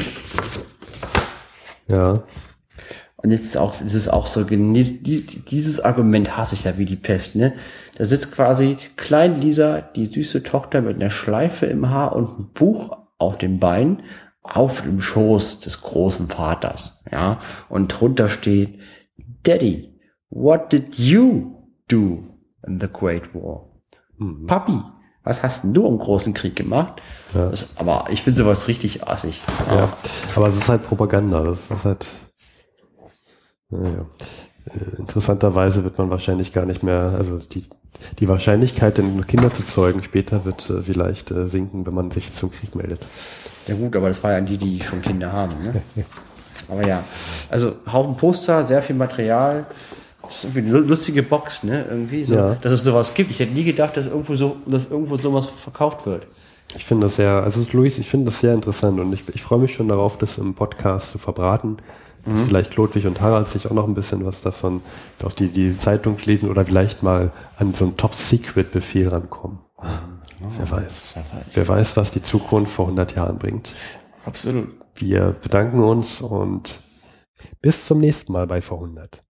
Ja. Und jetzt ist auch, das ist auch so, genießt, die, dieses Argument hasse ich ja wie die Pest, ne? Da sitzt quasi Klein Lisa, die süße Tochter mit einer Schleife im Haar und einem Buch auf dem Bein, auf dem Schoß des großen Vaters, ja? Und drunter steht, Daddy, what did you do in the Great War? Mhm. Papi, was hast denn du im großen Krieg gemacht? Ja. Das, aber ich finde sowas richtig assig. Ja, aber es ist halt Propaganda. Das ist halt. Naja. Äh, Interessanterweise wird man wahrscheinlich gar nicht mehr, also die, die Wahrscheinlichkeit, denn Kinder zu zeugen später wird äh, vielleicht äh, sinken, wenn man sich zum Krieg meldet. Ja gut, aber das war ja die, die schon Kinder haben, ne? Aber ja, also Haufen Poster, sehr viel Material. Das ist irgendwie eine lustige Box, ne? Irgendwie so, Ja. dass es sowas gibt. Ich hätte nie gedacht, dass irgendwo so, dass irgendwo sowas verkauft wird. Ich finde das sehr, also Luis, ich finde das sehr interessant und ich, ich freue mich schon darauf, das im Podcast zu verbraten. Dass vielleicht Ludwig und Harald sich auch noch ein bisschen was davon, auch die, die Zeitung lesen oder vielleicht mal an so einen Top-Secret-Befehl rankommen. Wer weiß. Wer weiß. Wer weiß, was die Zukunft vor hundert Jahren bringt. Absolut. Wir bedanken uns und bis zum nächsten Mal bei vor hundert.